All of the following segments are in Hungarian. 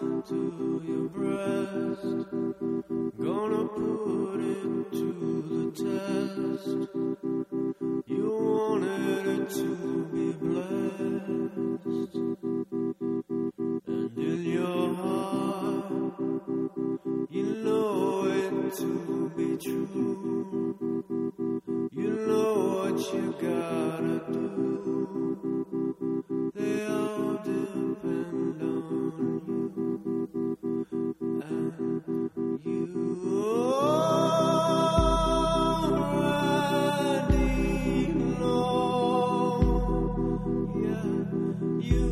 to your breast, gonna put it to the test. You wanted it to be blessed, and in your heart you know it to be true. You know what you gotta do. They all depend on you, and you already know. Yeah, you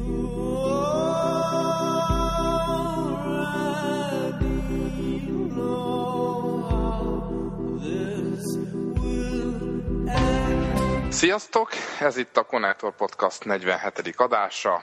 already know how this will end. Sziasztok! Ez itt a Konnektor Podcast 47. adása.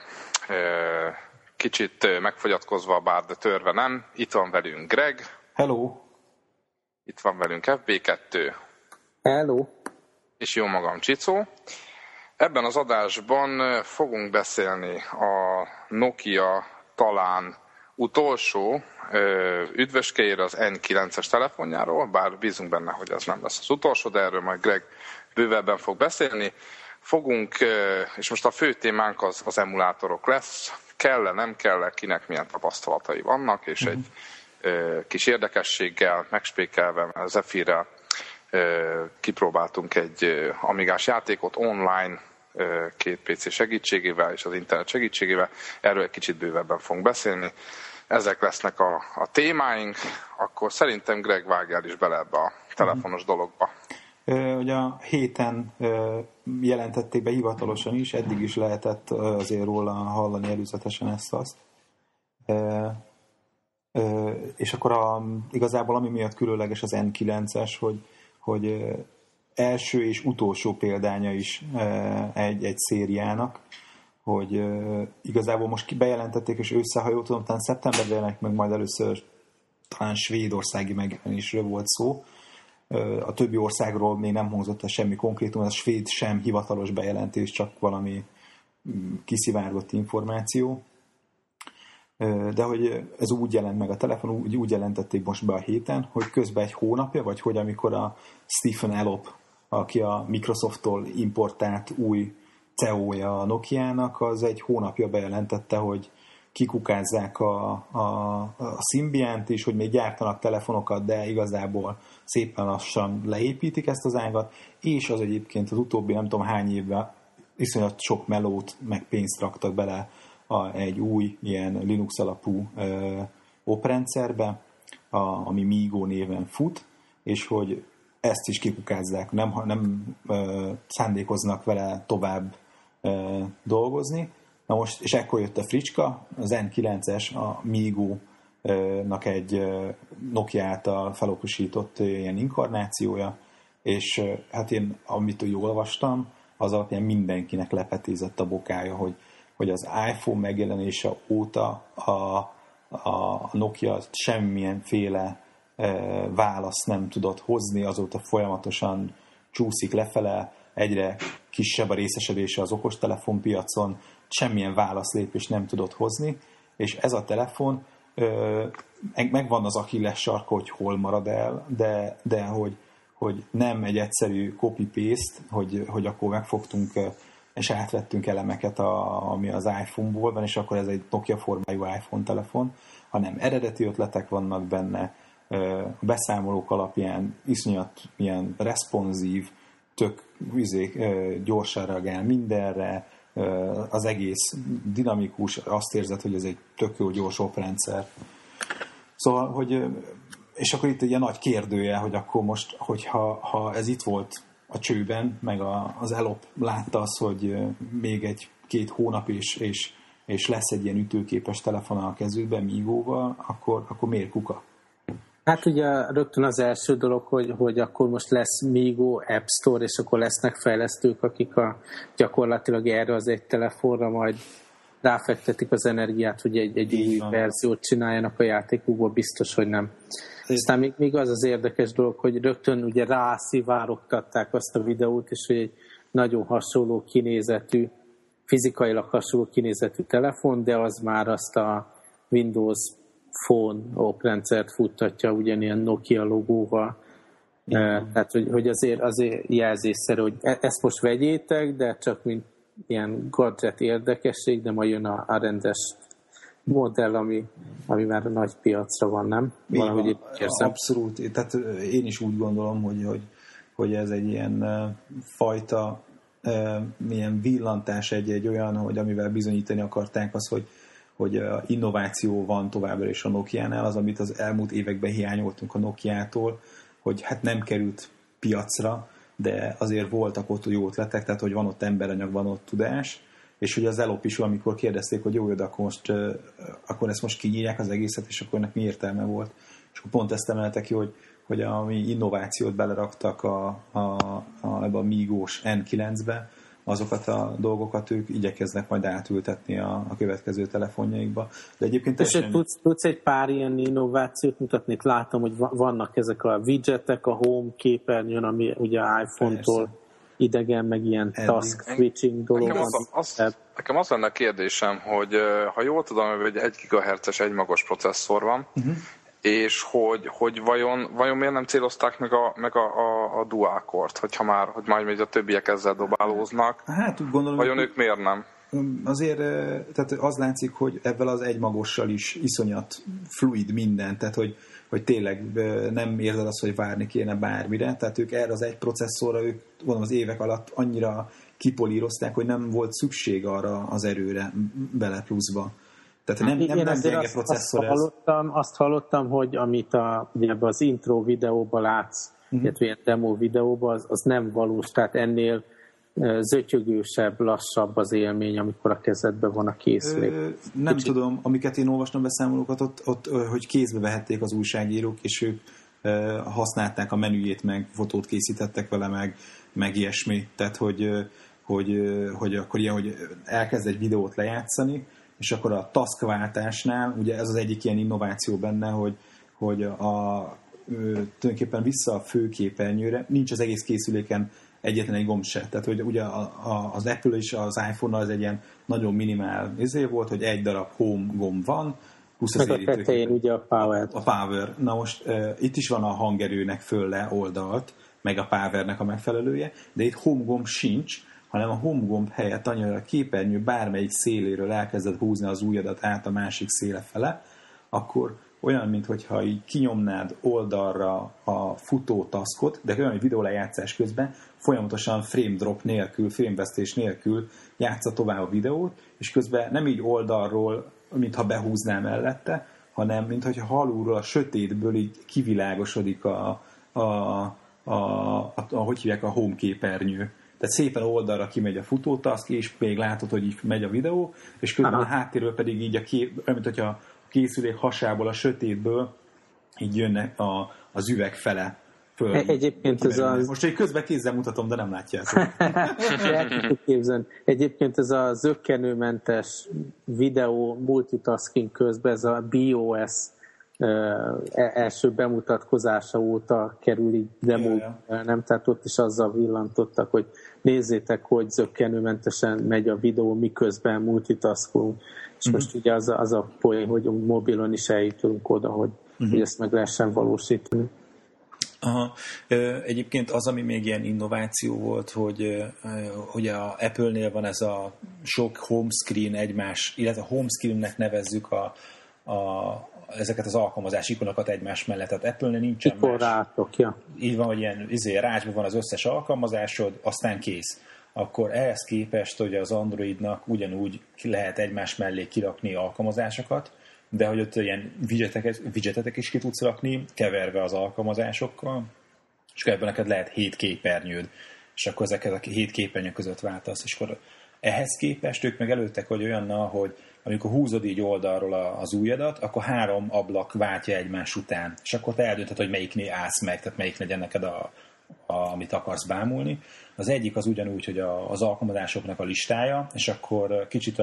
Kicsit megfogyatkozva, bár de törve nem. Itt van velünk Greg. Hello! Itt van velünk FB2. Hello! És jó magam, Csicó. Ebben az adásban fogunk beszélni a Nokia talán utolsó üdvöskéjére, az N9-es telefonjáról, bár bízunk benne, hogy ez nem lesz az utolsó, de erről majd Greg bővebben fog beszélni. Fogunk, és most a fő témánk az emulátorok lesz. Kell-e, nem kell-e, kinek milyen tapasztalatai vannak, és egy kis érdekességgel, megspékelve Zephyrrel kipróbáltunk egy Amigás játékot online, két PC segítségével és az internet segítségével. Erről egy kicsit bővebben fogunk beszélni. Ezek lesznek a témáink. Akkor szerintem Greg vágjál is bele ebbe a telefonos dologba. Ugye a héten jelentették be hivatalosan is, eddig is lehetett azért róla hallani előzetesen ezt-azt. És akkor igazából ami miatt különleges az N9-es, hogy első és utolsó példánya is egy szériának, hogy igazából most bejelentették, és ősszel, ha jól tudom, talán szeptemberben jelenik meg, majd először talán svédországi megjelenésről volt szó. A többi országról még nem hangzott semmi konkrétum, a svéd sem hivatalos bejelentés, csak valami kiszivárgott információ. De hogy ez úgy jelent meg a telefon, úgy jelentették most be a héten, hogy közben egy hónapja, vagy hogy amikor a Stephen Elop, aki a Microsofttól importált új CEO-ja a Nokiának, az egy hónapja bejelentette, hogy kikukázzák a Symbiant is, hogy még gyártanak telefonokat, de igazából szépen lassan leépítik ezt az ágat, és az egyébként az utóbbi nem tudom hány évben iszonyat sok melót, meg pénzt raktak bele egy új ilyen Linux alapú oprendszerbe, ami Migo néven fut, és hogy ezt is kikukázzák, nem szándékoznak vele tovább dolgozni. Na most, és ekkor jött a fricska, az N9-es, a Migo-nak egy Nokia által felokosított ilyen inkarnációja, és hát én, amit úgy olvastam, az alapján mindenkinek lepetézett a bokája, hogy az iPhone megjelenése óta a Nokia semmilyenféle választ nem tudott hozni, azóta folyamatosan csúszik lefele, egyre kisebb a részesedése az okostelefonpiacon, semmilyen válaszlépést nem tudott hozni, és ez a telefon megvan az Achilles sarka, hogy hol marad el, de hogy nem egy egyszerű copy-paste, hogy akkor megfogtunk és átvettünk elemeket, ami az iPhone-ból van, és akkor ez egy Nokia formájú iPhone telefon, hanem eredeti ötletek vannak benne, beszámolók alapján iszonyat ilyen responsív, tök gyorsan reagál mindenre, az egész dinamikus, azt érzed, hogy ez egy tök jó gyors oprendszer. Szóval, hogy és akkor itt egy ilyen nagy kérdője, hogy akkor most, hogyha ez itt volt a csőben, meg az Elop látta azt, hogy még egy-két hónap és lesz egy ilyen ütőképes telefon a kezükben, Migo-val, akkor miért kuka? Hát ugye rögtön az első dolog, hogy akkor most lesz Migo App Store, és akkor lesznek fejlesztők, akik gyakorlatilag erre az egy telefonra majd ráfektetik az energiát, hogy egy új verziót csináljanak a játékukból, biztos, hogy nem. Aztán még az az érdekes dolog, hogy rögtön ugye rászivárogtatták azt a videót, és hogy egy nagyon hasonló kinézetű, fizikailag hasonló kinézetű telefon, de az már azt a Windows Phone oprendszert futtatja ugyanilyen Nokia logóval. Tehát, hogy azért jelzésszerű, hogy ezt most vegyétek, de csak mint ilyen gadget érdekesség, de majd jön a rendes modell, ami már a nagy piacra van, nem? Valahogy itt érzem. Abszolút. Tehát én is úgy gondolom, hogy ez egy ilyen fajta milyen villantás, egy olyan, hogy amivel bizonyítani akarták az, hogy innováció van továbbra is a Nokiánál, az, amit az elmúlt években hiányoltunk a Nokiától, hogy hát nem került piacra, de azért voltak ott jó ötletek, tehát hogy van ott emberanyag, van ott tudás, és hogy az Elop is, amikor kérdezték, hogy jó, de akkor ezt most kinyírják az egészet, és akkor ennek mi értelme volt. És akkor pont ezt emeltek ki, hogy ami innovációt beleraktak ebbe a Migos N9-be, azokat a dolgokat ők igyekeznek majd átültetni a következő telefonjaikba. De egyébként teljesen... Tudsz egy pár ilyen innovációt mutatni? Látom, hogy vannak ezek a widgetek a home képernyőn, ami ugye iPhone-tól idegen, meg ilyen task switching dolog. Nekem az lenne a kérdésem, hogy ha jól tudom, hogy 1 GHz-es egymagos processzor van, és hogy vajon miért nem célozták meg a dual-core-t, hogy majd a többiek ezzel dobálóznak, hát úgy gondolom, vajon ők miért nem? Azért tehát az látszik, hogy ebben az egymagossal is iszonyat fluid minden, tehát hogy tényleg nem érzed azt, hogy várni kéne bármire, tehát ők erre az egy processzorra, ők gondolom az évek alatt annyira kipolírozták, hogy nem volt szükség arra az erőre bele pluszba. Tehát nem gyenge processzor ez. Azt hallottam, hogy amit ugye az intro videóban látsz, illetve ilyen demo videóban, az nem valós, tehát ennél zötyögősebb, lassabb az élmény, amikor a kezedben van a készülék. Nem tudom, amiket én olvastam beszámolókat, ott hogy kézbe vehették az újságírók, és ők használták a menüjét, meg fotót készítettek vele, meg ilyesmi. Tehát, hogy akkor ilyen, hogy elkezd egy videót lejátszani, és akkor a taskváltásnál, ugye ez az egyik ilyen innováció benne, hogy tulajdonképpen vissza a főképernyőre, nincs az egész készüléken egyetlen egy gomb se. Tehát, hogy ugye az Apple és az iPhone-nal ez egy ilyen nagyon minimál volt, hogy egy darab home gomb van, plusz az érítőképen. Meg a tetején ugye a power. A power. Na most itt is van a hangerőnek fölle oldalt, meg a powernek a megfelelője, de itt home gomb sincs, hanem a home gomb helyett annyira a képernyő bármelyik széléről elkezded húzni az ujjadat át a másik széle fele, akkor olyan, mintha így kinyomnád oldalra a futó taskot, de olyan, hogy videólejátszás közben folyamatosan frame drop nélkül, framevesztés nélkül játsza tovább a videót, és közben nem így oldalról, mintha behúznál mellette, hanem mintha alulról a sötétből így kivilágosodik hogy hívják, a home képernyő. Tehát szépen oldalra kimegy a futótask, és még látod, hogy így megy a videó, és közben a háttérről pedig így mint hogyha a készülék hasából, a sötétből így jönnek az üveg fele föl. Egyébként ez az... Most egy közben kézzel mutatom, de nem látjátok. Egyébként ez a zökkenőmentes videó multitasking közben, ez a BOS első bemutatkozása óta kerül így demo, nem? Tehát ott is azzal villantottak, hogy nézzétek, hogy zökkenőmentesen megy a videó, miközben multitaskolunk. És most ugye az a poén, hogy a mobilon is eljutunk oda, hogy ezt meg lehessen valósítani. Aha. Egyébként az, ami még ilyen innováció volt, hogy a Apple-nél van ez a sok home screen egymás, illetve home screennek nevezzük ezeket az alkalmazási ikonokat egymás mellett. Tehát Apple-nél nincsen más. Így van, hogy ilyen rácsban van az összes alkalmazásod, aztán kész. Akkor ehhez képest, hogy az Androidnak ugyanúgy lehet egymás mellé kirakni alkalmazásokat, de hogy ott ilyen widgeteket is ki tudsz rakni, keverve az alkalmazásokkal, és akkor ebben neked lehet 7 képernyőd, és akkor ezeket a 7 képernyő között váltasz, és akkor ehhez képest ők meg előttek, hogy olyannal, hogy amikor húzod így oldalról az ujjadat, akkor 3 ablak váltja egymás után, és akkor te eldöntöd, hogy melyiknél állsz meg, tehát melyik legyen neked amit akarsz bámulni. Az egyik az ugyanúgy, hogy az alkalmazásoknak a listája, és akkor kicsit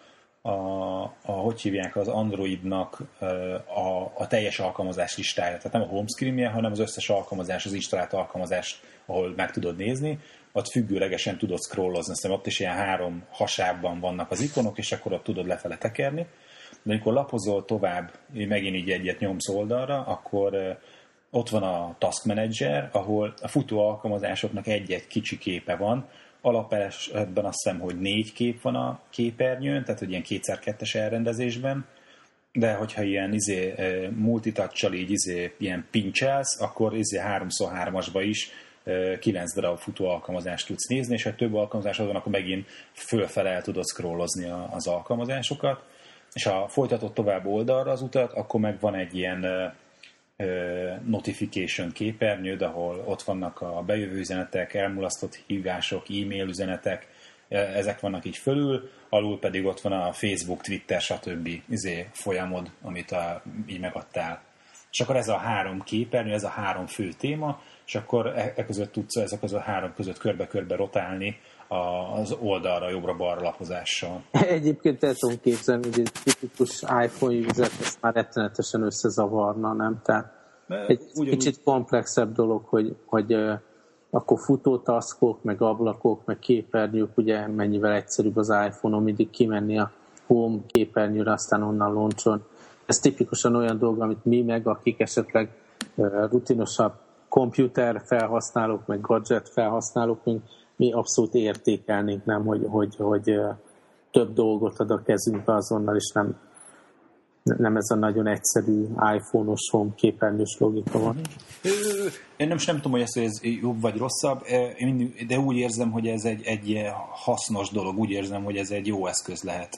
hogy hívják, az Androidnak a teljes alkalmazás listája. Tehát nem a home screen-je, hanem az összes alkalmazás, az installált alkalmazást, ahol meg tudod nézni, ott függőlegesen tudod scrollozni. Aztán ott is ilyen 3 hasábban vannak az ikonok, és akkor ott tudod lefele tekerni. de amikor lapozol tovább, megint így egyet nyomsz oldalra, akkor ott van a Task Manager, ahol a futó alkalmazásoknak egy-egy kicsi képe van. Alapesetben azt hiszem, hogy 4 kép van a képernyőn, tehát hogy ilyen 2x2-es elrendezésben, de hogyha ilyen multitouch-sal így ilyen pincselsz, akkor 3x3-asba is 9 darab futó alkalmazást tudsz nézni, és ha több alkalmazásod van, akkor megint fölfele el tudod scrollozni az alkalmazásokat, és ha folytatod tovább oldalra az utat, akkor meg van egy ilyen notification képernyőd, ahol ott vannak a bejövő üzenetek, elmulasztott hívások, e-mail üzenetek, ezek vannak így fölül, alul pedig ott van a Facebook, Twitter, stb. Folyamod, amit így megadtál. És akkor ez a 3 képernyő, ez a 3 fő téma, és akkor között tudsz ezek az a 3 között körbe-körbe rotálni az oldalra, jobbra-balra lapozással. Egyébként el tudom képzelni, hogy egy tipikus iPhone user ezt már rettenetesen összezavarna, nem? Tehát egy kicsit komplexebb dolog, hogy akkor futótaszkok, meg ablakok, meg képernyők, ugye mennyivel egyszerűbb az iPhone-on mindig kimenni a home képernyőre, aztán onnan launcholni. Ez tipikusan olyan dolog, amit mi meg, akik esetleg rutinosabb komputer felhasználók, meg gadget felhasználók, mi abszolút értékelnénk, nem, hogy több dolgot ad a kezünkbe azonnal, és nem ez a nagyon egyszerű iPhone-os home képernyős logika van. Én nem tudom, hogy ez jobb vagy rosszabb, de úgy érzem, hogy ez egy hasznos dolog, úgy érzem, hogy ez egy jó eszköz lehet.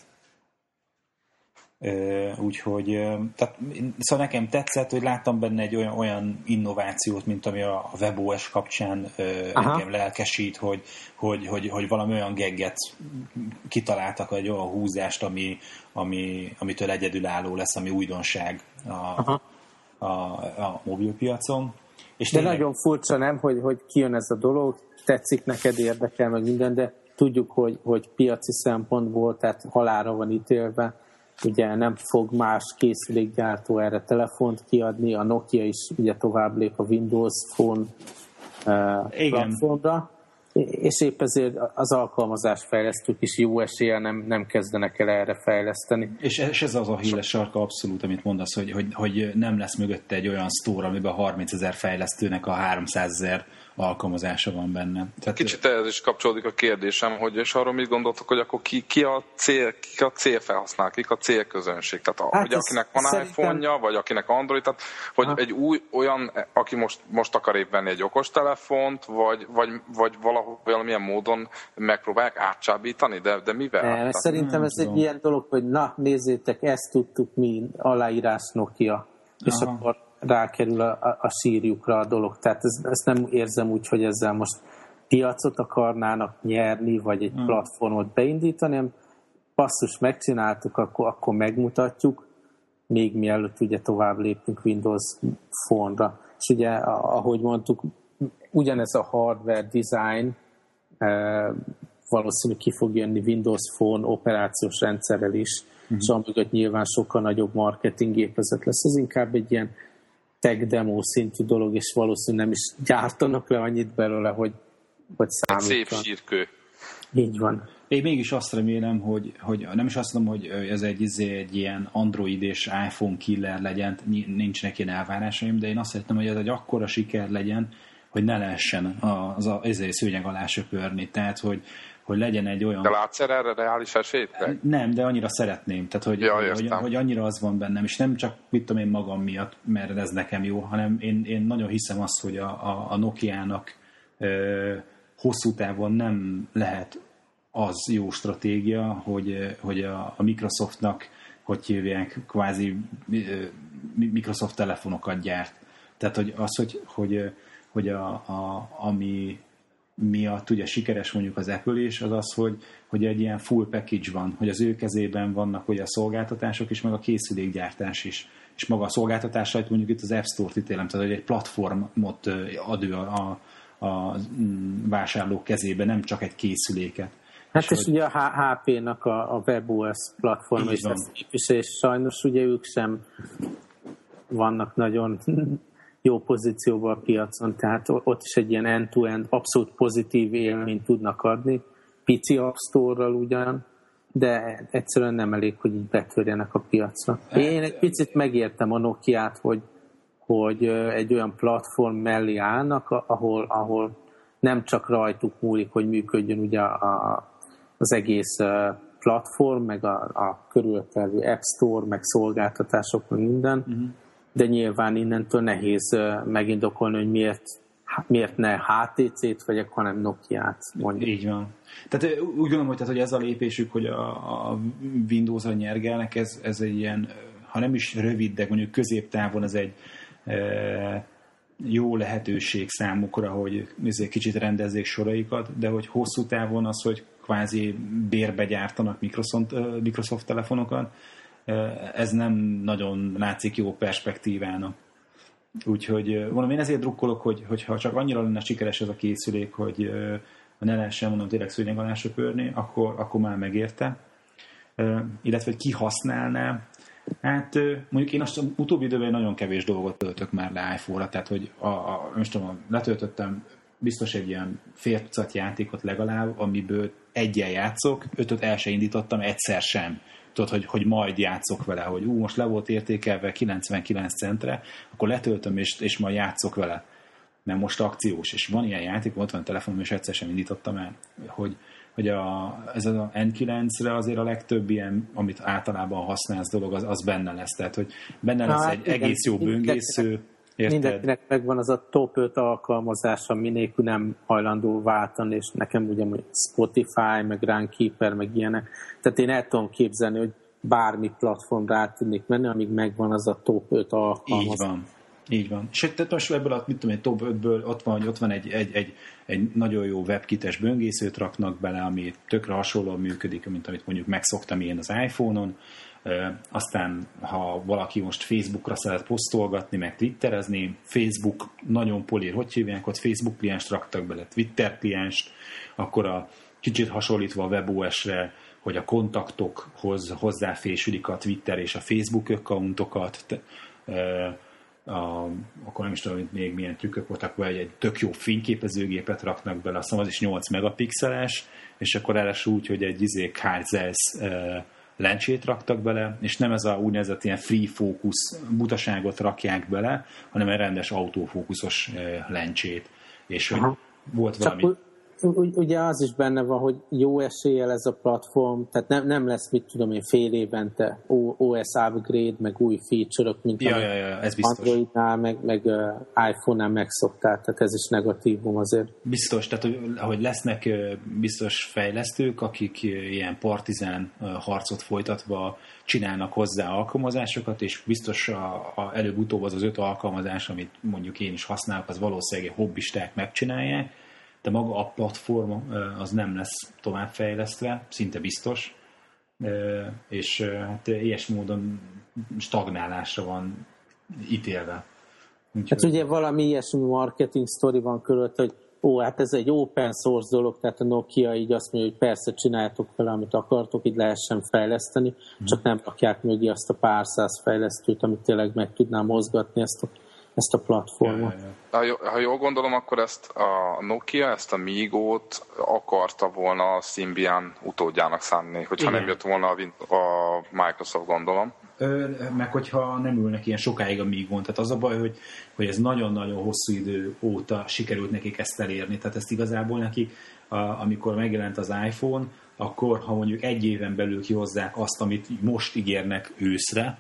Úgyhogy tehát, szóval nekem tetszett, hogy láttam benne egy olyan innovációt, mint ami a WebOS kapcsán engem lelkesít, hogy valami olyan gegget kitaláltak, egy olyan húzást, amitől egyedülálló lesz, ami újdonság a mobilpiacon. És de tényleg... nagyon furcsa, nem, hogy kijön ez a dolog, tetszik neked, érdekel meg minden, de tudjuk, hogy piaci szempontból, tehát halálra van ítélve, ugye nem fog más készülékgyártó erre telefont kiadni, a Nokia is ugye tovább lép a Windows Phone platformra, és épp ezért az alkalmazásfejlesztők is jó eséllyel nem kezdenek el erre fejleszteni. És ez az a híles sarka abszolút, amit mondasz, hogy nem lesz mögötte egy olyan store, amiben 30 000 fejlesztőnek a 300 000 alkalmazása van benne. Tehát... Kicsit ehhez is kapcsolódik a kérdésem, hogy és arról mit gondoltok, hogy akkor ki a célfelhasználó, kik a célközönség? Tehát hogy akinek van szerintem... iPhone-ja, vagy akinek Android, tehát hogy egy új olyan, aki most akar épp venni egy okostelefont, vagy valamilyen módon megpróbálják átcsábítani, de mivel? Szerintem ez egy ilyen dolog, hogy na, nézzétek, ezt tudtuk mi, aláírás Nokia, és akkor rákerül a sírjukra a dolog. Tehát ezt nem érzem úgy, hogy ezzel most piacot akarnának nyerni, vagy egy platformot beindítani, hanem basszus, megcsináltuk, akkor megmutatjuk, még mielőtt ugye tovább lépünk Windows Phone-ra. És ugye, ahogy mondtuk, ugyanez a hardware design valószínűleg ki fog jönni Windows Phone operációs rendszerrel is, és amögött nyilván sokkal nagyobb marketing gépezet lesz. Ez inkább egy ilyen tech demo szintű dolog, és valószínűleg nem is gyártanak le annyit belőle, hogy számítva. Szép sírkő. Így van. Én mégis azt remélem, hogy nem is azt mondom, hogy ez egy ilyen Android és iPhone killer legyen, nincsenek ilyen elvárásaim, de én azt szeretném, hogy ez egy akkora siker legyen, hogy ne lehessen az szőnyeg alá söpörni. Tehát, hogy legyen egy olyan... De látsz erre reális esélyt? Nem, de annyira szeretném. Tehát, hogy annyira az van bennem, és nem csak mit tudom én magam miatt, mert ez nekem jó, hanem én nagyon hiszem azt, hogy a Nokia-nak hosszú távon nem lehet az jó stratégia, hogy a Microsoftnak, hogy hívják, kvázi Microsoft telefonokat gyárt. Tehát, hogy az, hogy ami miatt ugye sikeres mondjuk az Apple is, az az, hogy egy ilyen full package van, hogy az ő kezében vannak ugye a szolgáltatások is, meg a készülékgyártás is. És maga a szolgáltatásra, mondjuk itt az App Store-t ítélem, tehát hogy egy platformot ad ő a vásárlók kezébe, nem csak egy készüléket. Hát és ugye a HP-nak a WebOS platform is ezt képvisel, és sajnos ugye ők sem vannak nagyon jó pozícióban a piacon, tehát ott is egy ilyen end-to-end abszolút pozitív élményt tudnak adni, pici App Store-ral ugyan, de egyszerűen nem elég, hogy így betörjenek a piacra. Én egy picit megértem a Nokiát, hogy egy olyan platform mellé állnak, ahol nem csak rajtuk múlik, hogy működjön ugye az egész platform, meg a körülöttelvő App Store, meg szolgáltatások, meg minden, de nyilván innentől nehéz megindokolni, hogy miért ne HTC-t vegyek, hanem Nokiát mondjuk. Így van. Tehát úgy gondolom, hogy ez a lépésük, hogy a Windows-ra nyergelnek, ez egy ilyen, ha nem is rövid, de mondjuk középtávon ez egy jó lehetőség számukra, hogy kicsit rendezzék soraikat, de hogy hosszú távon az, hogy kvázi bérbe gyártanak Microsoft telefonokat, ez nem nagyon látszik jó perspektívának. Úgyhogy mondom, én ezért drukkolok, hogy ha csak annyira lenne sikeres ez a készülék, hogy ne lehessen mondom tényleg szőnyeg alá söpörni, akkor már megérte. Illetve, hogy ki használná. Hát mondjuk én azt utóbbi időben nagyon kevés dolgot töltök már le iPhone-ra, tehát hogy most tudom, letöltöttem biztos egy ilyen fél tucat játékot legalább, amiből egyen játszok, 5-öt el se indítottam egyszer sem. Tudod, hogy majd játszok vele, hogy most le volt értékelve 99 centre, akkor letöltöm, és majd játszok vele. Mert most akciós, és van ilyen játék, ott van a telefonom, és egyszer sem indítottam el, hogy ez az N9-re azért a legtöbb ilyen, amit általában használsz dolog, az benne lesz. Tehát, hogy benne lesz egy egész jó böngésző. Mindenkinek megvan az a top 5 alkalmazás, ami nélkül nem hajlandó váltani, és nekem ugye Spotify, meg Runkeeper, meg ilyenek. Tehát én el tudom képzelni, hogy bármi platformra át tudnék menni, amíg megvan az a top 5 alkalmazás. Így van. És tehát most ebből egy top 5-ből ott van egy nagyon jó webkites böngészőt raknak bele, ami tökre hasonlóan működik, mint amit mondjuk megszoktam én az iPhone-on. Aztán, ha valaki most Facebookra szeret posztolgatni, meg twitterezni, Facebook nagyon polír, hogy hívják, ott Facebook klienst raktak bele, Twitter klienst, akkor a kicsit hasonlítva a WebOS-re, hogy a kontaktokhoz hozzáfésülik a Twitter és a Facebook accountokat, akkor nem is tudom, hogy még milyen trükkök voltak, vagy egy tök jó fényképezőgépet raknak bele, azt az is 8 megapixeles, és akkor erre úgy, hogy egy Carl lencsét raktak bele, és nem ez a úgynevezett ilyen free focus butaságot rakják bele, hanem egy rendes autofókuszos lencsét. És hogy volt valami... Ugye az is benne van, hogy jó eséllyel ez a platform, tehát nem lesz, mit tudom én, fél évente OS upgrade, meg új feature-ök, mint ez biztos. Androidnál, meg iPhone-nál megszoktál, tehát ez is negatívum azért. Biztos, tehát hogy lesznek biztos fejlesztők, akik ilyen partizán harcot folytatva csinálnak hozzá alkalmazásokat, és biztos előbb-utóbb az 5 alkalmazás, amit mondjuk én is használok, az valószínűleg hobbisták megcsinálják, de maga a platform az nem lesz továbbfejlesztve, szinte biztos, és hát ilyes módon stagnálásra van ítélve. Hát ugye valami ilyesmi marketing sztori van körülött, hogy hát ez egy open source dolog, tehát a Nokia így azt mondja, hogy persze csináljátok vele, amit akartok, így lehessen fejleszteni, csak nem rakják mögé azt a pár száz fejlesztőt, amit tényleg meg tudná mozgatni ezt a platformot. Ha jól gondolom, akkor ezt a Nokia, ezt a Migo-t akarta volna a Symbian utódjának szánni, hogyha nem jött volna a Microsoft, gondolom. Meg hogyha nem ülnek ilyen sokáig a Migo-n. Tehát az a baj, hogy ez nagyon-nagyon hosszú idő óta sikerült nekik ezt elérni. Tehát ezt igazából nekik, amikor megjelent az iPhone, akkor ha mondjuk egy éven belül kihozzák azt, amit most ígérnek őszre,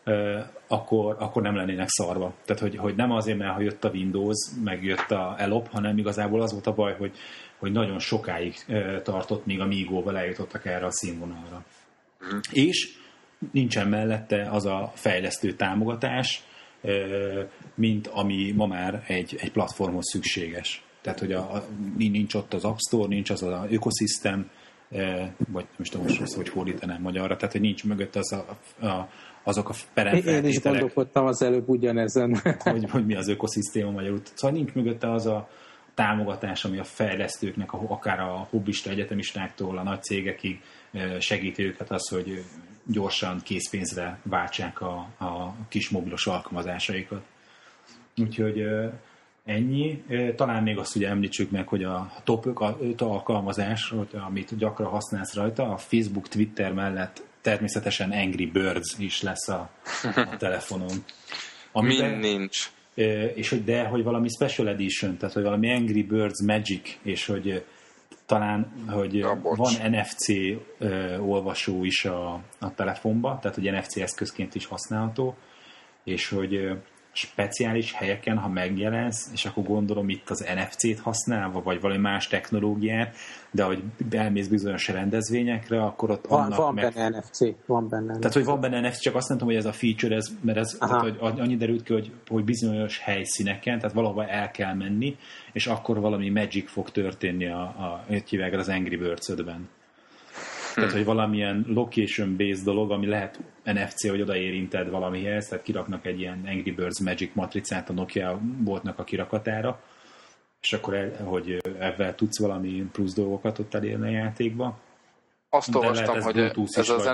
akkor nem lennének szarva. Tehát, hogy nem azért, mert ha jött a Windows, meg jött a Elop, hanem igazából az volt a baj, hogy nagyon sokáig tartott, míg a Migo-val eljutottak erre a színvonalra. És nincsen mellette az a fejlesztő támogatás, mint ami ma már egy platformhoz szükséges. Tehát, hogy nincs ott az App Store, nincs az az ökoszisztem, vagy nem tudom most, hogy fordítanám magyarra, tehát, hogy nincs mögött azok a peremfeltételek. Én is gondolkodtam az előbb ugyanezen. hogy mi az ökoszisztéma magyarul. Szóval nincs mögötte az a támogatás, ami a fejlesztőknek, akár a hobbista egyetemistáktól a nagy cégekig segíti őket az, hogy gyorsan készpénzre váltsák a kis mobilos alkalmazásaikat. Úgyhogy ennyi. Talán még azt ugye említsük meg, hogy a top 5 alkalmazás, amit gyakran használsz rajta, a Facebook, Twitter mellett természetesen Angry Birds is lesz a telefonon. Min nincs. És hogy valami Special Edition, tehát hogy valami Angry Birds Magic, és hogy talán, hogy van NFC olvasó is a telefonba, tehát hogy NFC eszközként is használható, és hogy speciális helyeken, ha megjelensz, és akkor gondolom itt az NFC-t használva, vagy valami más technológiát, de hogy elmész bizonyos rendezvényekre, akkor ott van benne NFC. Tehát, hogy van benne NFC, csak azt nem tudom, hogy ez a feature, tehát, hogy annyi derült ki, hogy bizonyos helyszíneken, tehát valahova el kell menni, és akkor valami magic fog történni az Angry Birds 5-ben. Tehát, hogy valamilyen location-based dolog, ami lehet NFC, hogy odaérinted valamihez, tehát kiraknak egy ilyen Angry Birds Magic matricát a Nokia boltnak a kirakatára, és akkor, hogy ebben tudsz valami plusz dolgokat ott elérni a játékba. Azt olvastam, hogy ez az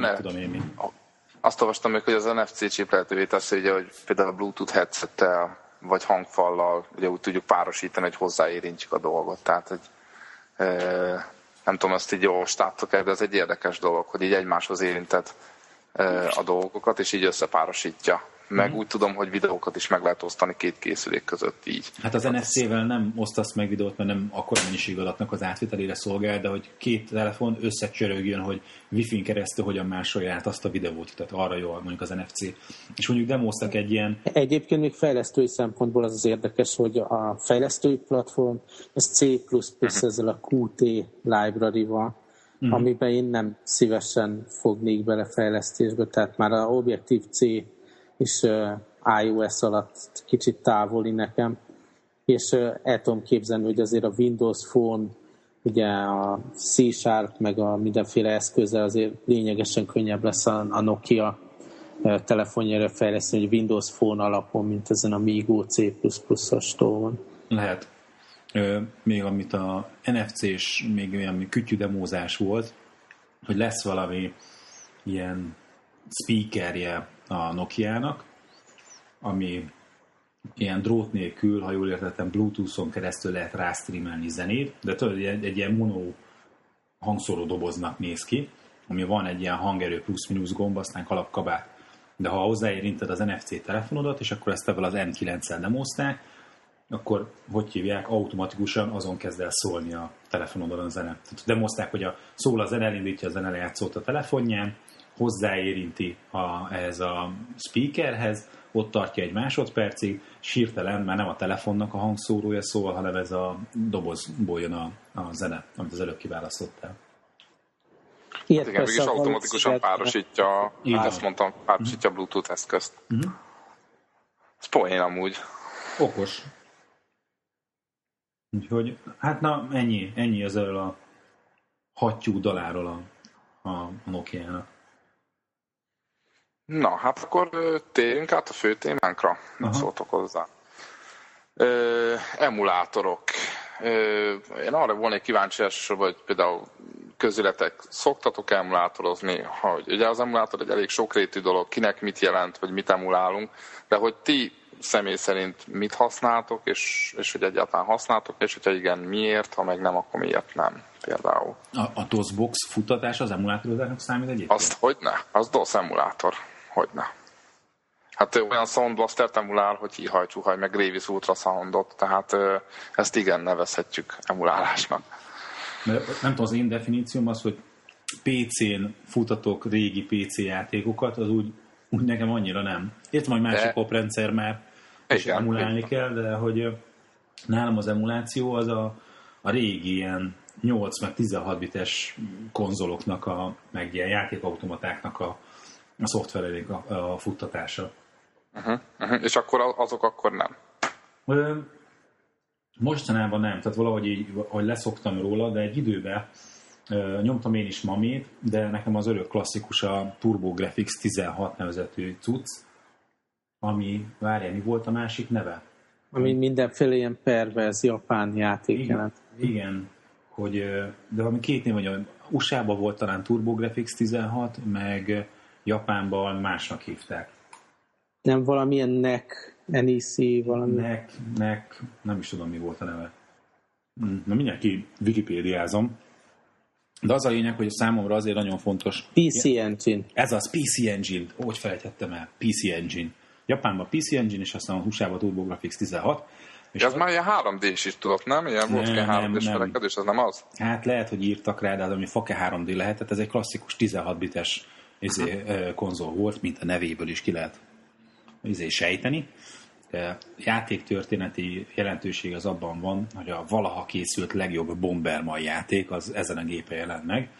Azt olvastam még, hogy az NFC chip lehetővé teszi, ugye, hogy például a Bluetooth headsettel vagy hangfallal ugye úgy tudjuk párosítani, hogy hozzáérintjük a dolgot. Tehát, hogy nem tudom, ezt így olvastátok el, de ez egy érdekes dolog, hogy így egymáshoz érinted a dolgokat, és így összepárosítja. Meg úgy tudom, hogy videókat is meg lehet osztani két készülék között így. Hát az NFC-vel nem osztasz meg videót, mert nem akkora mennyiség adatnak az átvitelére szolgál, de hogy két telefon összecsörögjön, hogy Wi-Fi-n keresztül hogyan másolja át azt a videót, tehát arra jó mondjuk az NFC. És mondjuk demóztak egy ilyen... Egyébként még fejlesztői szempontból az érdekes, hogy a fejlesztői platform, ez C++ ezzel a Qt library-val, amiben én nem szívesen fognék bele fejlesztésbe, tehát már a Objective-C és iOS alatt kicsit távoli nekem, és el tudom képzelni, hogy azért a Windows Phone, ugye a C# meg a mindenféle eszközzel azért lényegesen könnyebb lesz a Nokia telefonjára fejleszteni, hogy Windows Phone alapon, mint ezen a Migo C++-as dolgon. Lehet. Még amit a NFC-s, még olyan kütyű demózás volt, hogy lesz valami ilyen speakerje a Nokiának, ami ilyen drót nélkül, ha jól értettem, Bluetooth-on keresztül lehet rástreamelni zenét, de tudod, egy ilyen mono hangszóró doboznak néz ki, ami van egy ilyen hangerő plusz-minusz gomb, aztán kalapkabát. De ha hozzáérinted az NFC telefonodat, és akkor ezt ebből az N9-el demozták, akkor, hogy hívják, automatikusan azon kezd el szólni a telefonodon a zene. Tehát demozták, hogy szól a zene, elindítja a zenelejátszót a telefonján, hozzáérinti ehhez a speakerhez, ott tartja egy másodpercig, és hirtelen már nem a telefonnak a hangszórója szól, hanem ez a dobozból jön a zene, amit az előbb kiválasztottál. Igen, mégis automatikusan párosítja, azt mondtam, párosítja a Bluetooth eszközt. Ez poén amúgy. Okos. Úgyhogy, hát na, ennyi ezzel a hattyú daláról a Nokia-nak. Na, hát akkor térjünk át a fő témánkra. Szóltok hozzá. Emulátorok. Én arra volnék kíváncsi elsősorban, hogy például közületek szoktatok emulátorozni, hogy ugye az emulátor egy elég sokrétű dolog, kinek mit jelent, vagy mit emulálunk, de hogy ti személy szerint mit használtok, és hogy egyáltalán használtok, és hogyha igen, miért, ha meg nem, akkor miért nem, például. A DOSBox futtatás az emulátorozásnak számít egyébként? Azt hogyne, az DOS emulátor, hogyne. Hát olyan Sound Blaster-t emulál, hogy híhaj-csúhaj, meg Gravis Ultrasoundot, tehát ezt igen nevezhetjük emulálásnak. Mert nem tudom, az én definícióm az, hogy PC-n futatok régi PC játékokat, az úgy nekem annyira nem. Értem, hogy másik oprendszer már, és emulálni kell, de hogy nálam az emuláció az a régi ilyen 8 meg 16 bites konzoloknak, meg ilyen játékautomatáknak a szoftverelék a futtatása. És akkor azok akkor nem? Mostanában nem, tehát valahogy így, hogy leszoktam róla, de egy időben nyomtam én is Mamét, de nekem az örök klasszikus a TurboGrafx 16 nevezetű cucc, ami, várjál, mi volt a másik neve? Ami mindenféle ilyen perverz japán játék jelent. Igen, hogy, de valami két név, hogy USA-ban volt talán TurboGrafx 16, meg Japánban másnak hívták. Nem valamilyen NEC, valami... NEC, nem is tudom, mi volt a neve. Na mindjárt Wikipédiázom. De az a lényeg, hogy számomra azért nagyon fontos. PC Engine. Ez az PC Engine. Hogy felejtettem el? PC Engine. Japánban PC Engine, és aztán a USA-ban TurboGrafx 16. És ez már ilyen 3D-s is tudott, nem? Ilyen volt ilyen 3D-s felekkedés, ez nem az? Hát lehet, hogy írtak rá, de az, ami Fake 3D lehetett, ez egy klasszikus 16 bites konzol volt, mint a nevéből is ki lehet sejteni. Játéktörténeti jelentőség az abban van, hogy a valaha készült legjobb Bomberman játék az ezen a gépen jelent meg.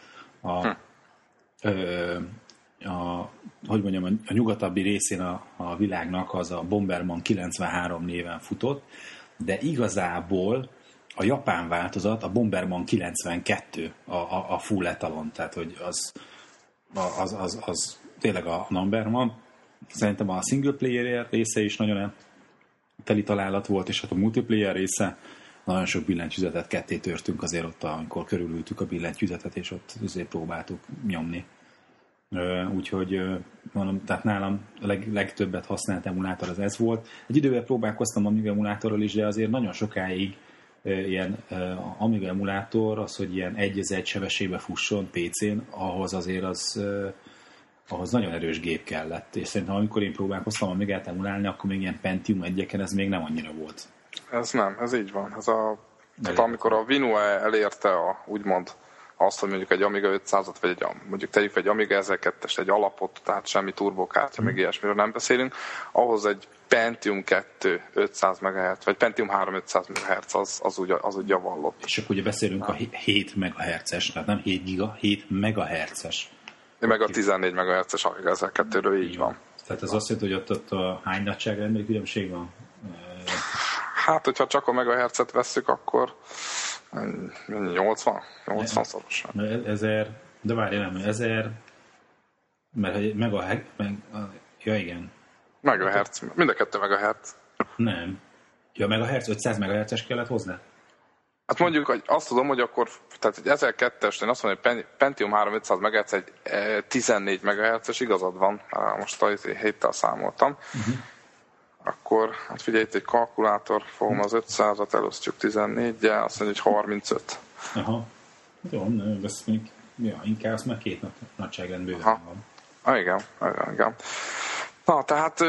Hogy mondjam, a nyugatabbi részén a világnak az a Bomberman 93 néven futott, de igazából a japán változat a Bomberman 92 a full etalon, tehát hogy az tényleg a number one. Szerintem a single player része is nagyon teli találat volt, és hát a multiplayer része nagyon sok billentyűzetet ketté törtünk azért ott, amikor körülültük a billentyűzetet, és ott azért próbáltuk nyomni. Úgyhogy mondom, tehát nálam a legtöbbet használt emulátor az ez volt. Egy idővel próbálkoztam Amiga emulátorral is, de azért nagyon sokáig ilyen Amiga emulátor, az, hogy ilyen 1:1 sebességbe fusson PC-n, ahhoz azért ahhoz nagyon erős gép kellett. És szerintem amikor én próbálkoztam Amigát emulálni, akkor még ilyen Pentium 1-eken ez még nem annyira volt. Ez nem, ez így van. Tehát amikor a Winue elérte úgymond azt, hogy mondjuk egy Amiga 500-at, vagy mondjuk tegyük egy Amiga 1002-est, egy alapot, tehát semmi turbokártya, még ilyesmiről nem beszélünk, ahhoz egy Pentium 2 500 MHz, vagy Pentium 3 500 MHz az úgy javallott. És akkor ugye beszélünk a 7 MHz-es, tehát nem 7 giga, 7 MHz-es. Meg a 14 MHz-es Amiga 1002-ről így van. Tehát ez azt jelenti, hogy ott a hány nagyságrendben különbség van? Hát, hogyha csak a megahertzet vesszük, akkor 80 szorosan. 1000, de várj, nem, 1000, mert ja igen. Megahertz, mind a 2 megahertz. Nem. Ja, megahertz, 500 megahertzes kellett hozzá? Hát mondjuk, hogy azt tudom, hogy akkor, tehát egy 1002-es, én azt mondom, hogy Pentium 3 500 MHz egy 14 MHz-es, igazad van, most a héttel számoltam. Akkor, hát figyelj, itt egy kalkulátor, fogom az 500-at, elosztjuk 14-jel, azt mondja, hogy 35. Aha. Jó, nem, ez még, inkább az már 2 nagyságrend bőven van. Igen. Na, tehát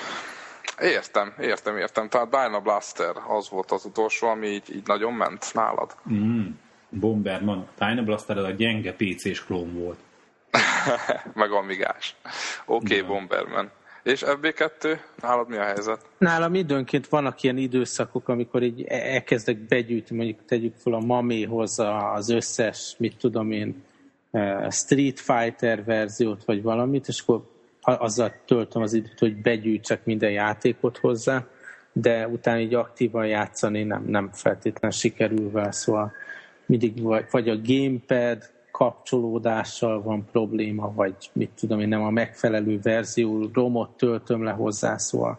értem. Tehát Dyna Blaster az volt az utolsó, ami így nagyon ment nálad. Bomberman. Dyna Blaster az a gyenge PC-s klón volt. Meg Amigás. Oké, Bomberman. És FB2? Nálad mi a helyzet? Nálam időnként vannak ilyen időszakok, amikor így elkezdek begyűjteni, mondjuk tegyük fel a Maméhoz az összes, mit tudom én, Street Fighter verziót, vagy valamit, és akkor azzal töltöm az időt, hogy begyűjtsek minden játékot hozzá, de utána így aktívan játszani nem feltétlenül sikerül vele, szóval mindig vagy a gamepad kapcsolódással van probléma, vagy mit tudom én, nem a megfelelő verzió, romot töltöm le hozzá, szóval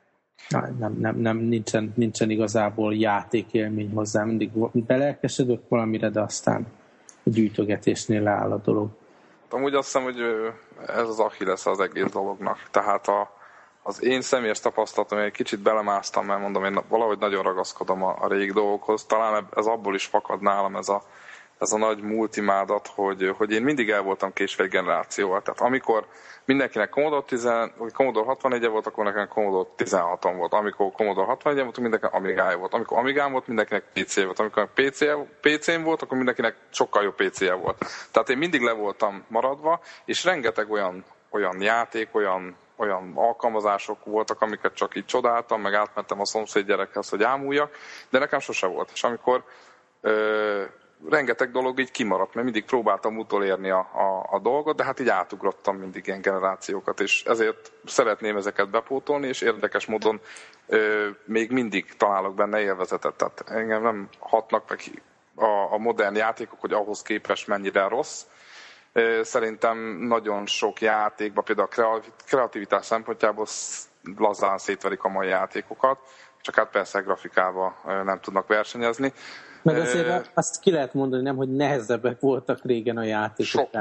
nincsen igazából játékélmény hozzá. Mindig belelkesedök valamire, de aztán a gyűjtögetésnél leáll a dolog. Amúgy azt hiszem, hogy ez az Achilles az egész dolognak. Tehát az én személyes tapasztalatom, egy kicsit belemásztam, mert mondom, én valahogy nagyon ragaszkodom a régi dolgokhoz. Talán ez abból is fakad nálam ez a nagy multimádat, hogy én mindig el voltam késve egy generációval. Tehát amikor mindenkinek Commodore 64 volt, akkor nekem Commodore 16-on volt. Amikor Commodore 64 volt, mindenkinek Amigája volt. Amikor Amigám volt, mindenkinek PC volt. Amikor PC-n volt, akkor mindenkinek sokkal jobb PC-je volt. Tehát én mindig le voltam maradva, és rengeteg olyan játék, olyan alkalmazások voltak, amiket csak így csodáltam, meg átmentem a szomszéd gyerekhez, hogy ámuljak, de nekem sose volt. És amikor rengeteg dolog így kimaradt, mert mindig próbáltam utolérni a dolgot, de hát így átugrottam mindig ilyen generációkat, és ezért szeretném ezeket bepótolni, és érdekes módon még mindig találok benne élvezetet. Tehát engem nem hatnak meg a modern játékok, hogy ahhoz képest mennyire rossz. Szerintem nagyon sok játékban, például a kreativitás szempontjából lazán szétverik a mai játékokat, csak hát persze grafikával nem tudnak versenyezni. Meg azért azt ki lehet mondani, nem, hogy nehezebbek voltak régen a játékok.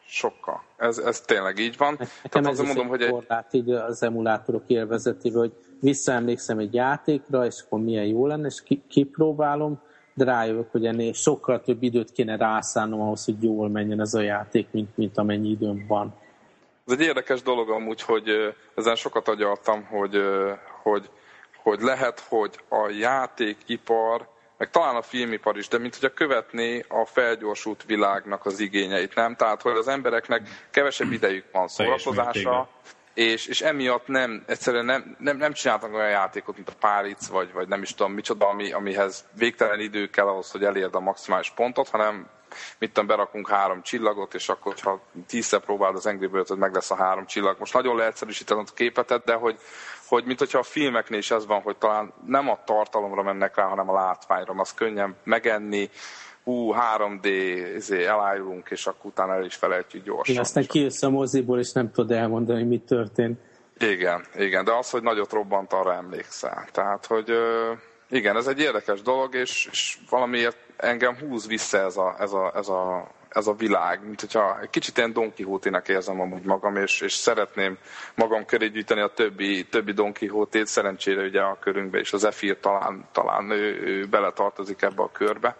Sokkal. Ez tényleg így van. Nekem ez mondom, hogy korlát így az emulátorok élvezetével, hogy visszaemlékszem egy játékra, és akkor milyen jó lenne, és kipróbálom, de rájövök, hogy ennél sokkal több időt kéne rászánnom ahhoz, hogy jól menjen ez a játék, mint amennyi időm van. Ez egy érdekes dolog amúgy, hogy ezen sokat agyaltam, hogy lehet, hogy a játékipar, meg talán a filmipar is, de mint hogyha követné a felgyorsult világnak az igényeit, nem? Tehát, hogy az embereknek kevesebb idejük van szórakozásra, és emiatt egyszerűen nem csináltak olyan játékot, mint a Páric, vagy nem is tudom micsoda, amihez végtelen idő kell ahhoz, hogy elérd a maximális pontot, hanem berakunk 3 csillagot, és akkor, ha 10-szer próbáld az Angry Birds-et, meg lesz a 3 csillag. Most nagyon leegyszerűsítem a képletet, de hogy mint hogyha a filmeknél is ez van, hogy talán nem a tartalomra mennek rá, hanem a látványra, az könnyen megenni, 3D, elájulunk, és akkor utána el is felejtjük gyorsan. Én aztán kijössz a moziból, és nem tudod elmondani, hogy mi történt. Igen, de az, hogy nagyot robbant, arra emlékszel. Tehát, hogy igen, ez egy érdekes dolog, és valamiért engem húz vissza ez a világ, mint hogyha egy kicsit ilyen Don Quixote-nek érzem amúgy magam, és szeretném magam köré gyűjteni a többi Don Quixote-t, szerencsére ugye a körünkbe, és az Zephyr talán ő beletartozik ebbe a körbe,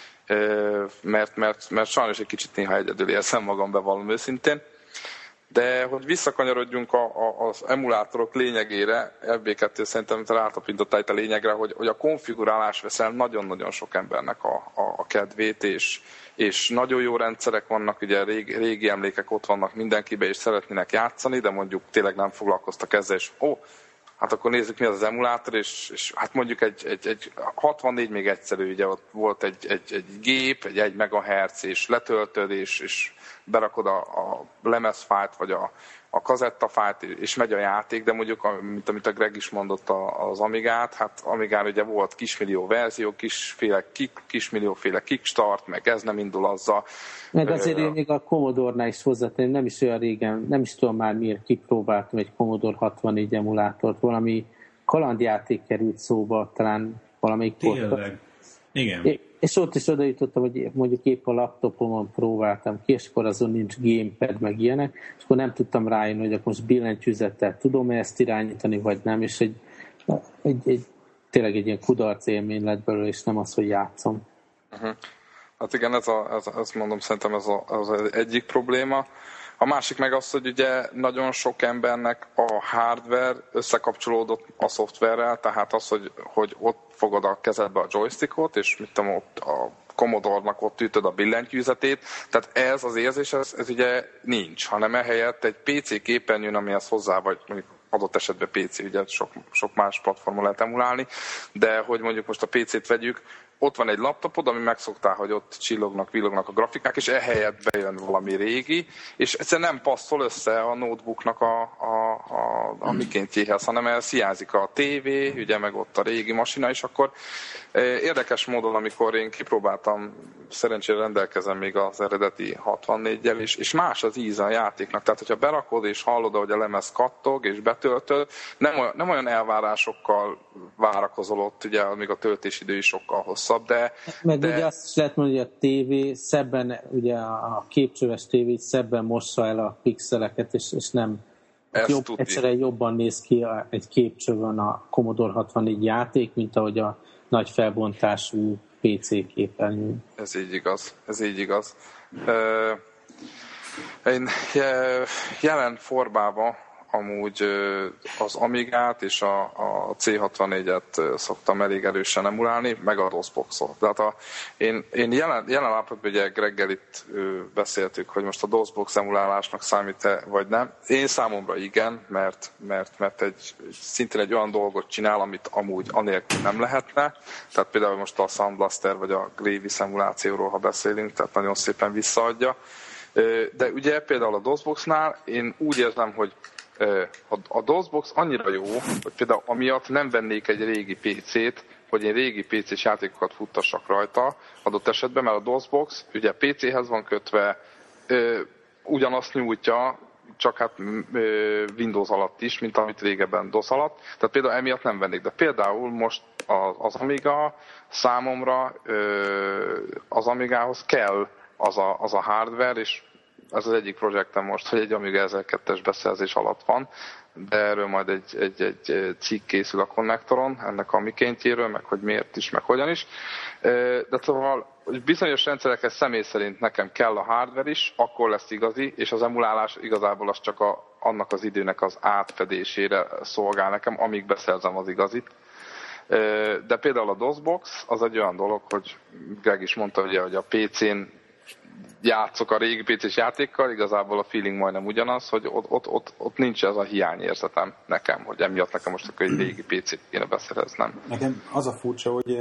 mert sajnos egy kicsit néha egyedül érzem magam, bevallom őszintén. De hogy visszakanyarodjunk az emulátorok lényegére, FB2 szerintem rátapintottál itt a lényegre, hogy a konfigurálás veszel nagyon-nagyon sok embernek a kedvét, és nagyon jó rendszerek vannak, ugye régi emlékek ott vannak mindenkibe, és szeretnének játszani, de mondjuk tényleg nem foglalkoztak ezzel, és hát akkor nézzük, mi az emulátor, és hát mondjuk egy 64 még egyszerű, ugye ott volt egy gép, egy 1 MHz, és letöltöd, és berakod a lemezfájlt, vagy a kazettafájlt, és megy a játék, de mondjuk, mint amit a Greg is mondott az Amigát, hát Amigán ugye volt kismillió verzió, kismillióféle kickstart, meg ez nem indul azzal. Meg azért én még a Commodore-nál is hozzátenném, nem is olyan régen, nem is tudom már miért kipróbáltam egy Commodore 64 emulátort, valami kalandjáték került szóba, talán valamelyik Tényleg. Igen. És ott is oda jutottam, hogy mondjuk épp a laptopomon próbáltam ki, és akkor azon nincs gamepad, meg ilyenek, és akkor nem tudtam rájönni, hogy akkor most billentyűzettel tudom-e ezt irányítani, vagy nem, és tényleg egy ilyen kudarc élmény lett belőle, és nem az, hogy játszom. Uh-huh. Hát igen, ez mondom, szerintem ez az egyik probléma. A másik meg az, hogy ugye nagyon sok embernek a hardware összekapcsolódott a szoftverrel, tehát az, hogy ott fogod a kezedbe a joystickot, és mit tudom, ott a Commodore-nak ott ütöd a billentyűzetét, tehát ez az érzés, ez ugye nincs, hanem ehelyett egy PC képernyőn, amihez hozzá vagy mondjuk adott esetben PC, ugye sok más platformon lehet emulálni, de hogy mondjuk most a PC-t vegyük, ott van egy laptopod, ami megszoktál, hogy ott csillognak, villognak a grafikák, és ehelyett bejön valami régi, és egyszerűen nem passzol össze a notebooknak a mikéntjéhez, hanem ez hiányzik a tévé, ugye meg ott a régi masina, és akkor érdekes módon, amikor én kipróbáltam, szerencsére rendelkezem még az eredeti 64-jel, és más az íze a játéknak. Tehát, hogyha berakod és hallod, hogy a lemez kattog és betöltöd, nem olyan elvárásokkal várakozol ott, ugye, amíg a töltésidő is sokkal hosszabb, de... Ugye azt is lehet mondani, hogy a tévé szebben, ugye a képcsöves tévé szebben mossa el a pixeleket, és nem... Egyszerűen jobban néz ki egy képcsövön a Commodore 64 játék, mint ahogy a nagy felbontású PC képernyő. Ez így igaz. Én jelen formában amúgy az Amigát és a C64-et szoktam elég erősen emulálni, meg a DOSBoxot. Tehát én jelen állapotban, ugye Greggel itt beszéltük, hogy most a DOSBox emulálásnak számít-e, vagy nem. Én számomra igen, mert szintén egy olyan dolgot csinál, amit amúgy anélkül nem lehetne. Tehát például most a Sound Blaster vagy a Gravis emulációról, ha beszélünk, tehát nagyon szépen visszaadja. De ugye például a DOSBoxnál én úgy érzem, hogy a DOSBox annyira jó, hogy például amiatt nem vennék egy régi PC-t, hogy én régi PC-s játékokat futtassak rajta adott esetben, mert a DOSBox ugye PC-hez van kötve, ugyanazt nyújtja, csak hát Windows alatt is, mint amit régebben DOS alatt. Tehát például emiatt nem vennék. De például most az Amiga számomra az Amigához kell az a hardware, és az egyik projektem most, hogy egy Amiga 1002-es beszerzés alatt van, de erről majd egy cikk készül a Konnektoron, ennek a mikéntjéről, meg hogy miért is, meg hogyan is. De szóval bizonyos rendszerekhez személy szerint nekem kell a hardware is, akkor lesz igazi, és az emulálás igazából az csak annak az időnek az átfedésére szolgál nekem, amíg beszerzem az igazit. De például a DOSBox az egy olyan dolog, hogy Greg is mondta, ugye, hogy a PC-n játszok a régi PC-s játékkal, igazából a feeling majdnem ugyanaz, hogy ott nincs ez a hiányérzetem nekem, hogy emiatt nekem most akkor egy régi PC-t kéne beszereznem. Nekem az a furcsa, hogy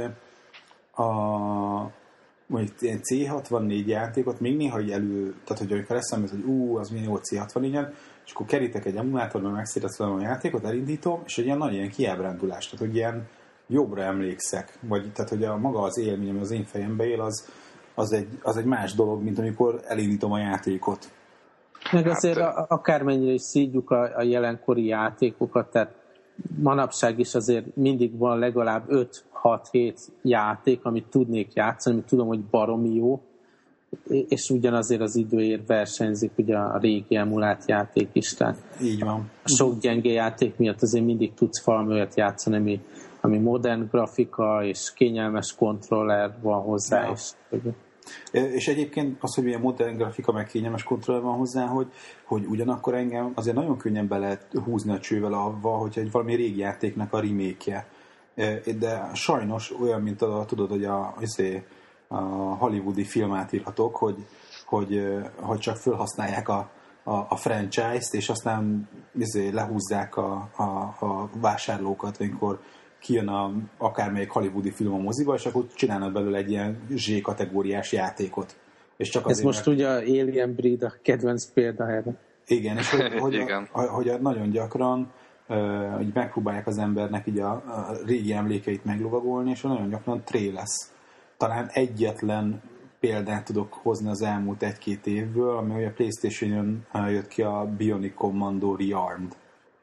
mondjuk C64 játékot még néha tehát hogy amikor eszembe, hogy az milyen jó C64-en, és akkor kerítek egy emulátorban, megszéteszem a játékot, elindítom, és egy ilyen nagy ilyen kiábrándulás, tehát hogy ilyen jobbra emlékszek, vagy tehát hogy maga az élmény, ami az én fejembe él, az egy más dolog, mint amikor elindítom a játékot. Meg azért akármennyire is szídjuk a jelenkori játékokat, tehát manapság is azért mindig van legalább 5-6-7 játék, amit tudnék játszani, amit tudom, hogy baromi jó, és ugyanazért az időért versenyzik ugye a régi emulált játék is. Tehát így van. A sok gyenge játék miatt azért mindig tudsz valami olyat játszani, ami modern grafika és kényelmes kontroller van hozzá. Ja. És egyébként az, hogy milyen modern grafika, meg kényelmes kontroller van hozzá, hogy ugyanakkor engem azért nagyon könnyen be lehet húzni a csővel avval, hogyha egy valami régi játéknak a remake-je. De sajnos olyan, mint tudod, hogy a hollywoodi filmátírhatók, hogy csak felhasználják a franchise-t, és aztán lehúzzák a vásárlókat, amikor kijön akármelyik hollywoodi film a moziba, és akkor csinálnak belőle egy ilyen Z-kategóriás játékot. És csak ez most ugye Alien Breed a kedvenc példa erre. Igen, és hogy nagyon gyakran hogy megpróbálják az embernek így a régi emlékeit meglovagolni, és nagyon gyakran tré lesz. Talán egyetlen példát tudok hozni az elmúlt 1-2 évből, ami a PlayStation-on jött ki a Bionic Commando Rearmed.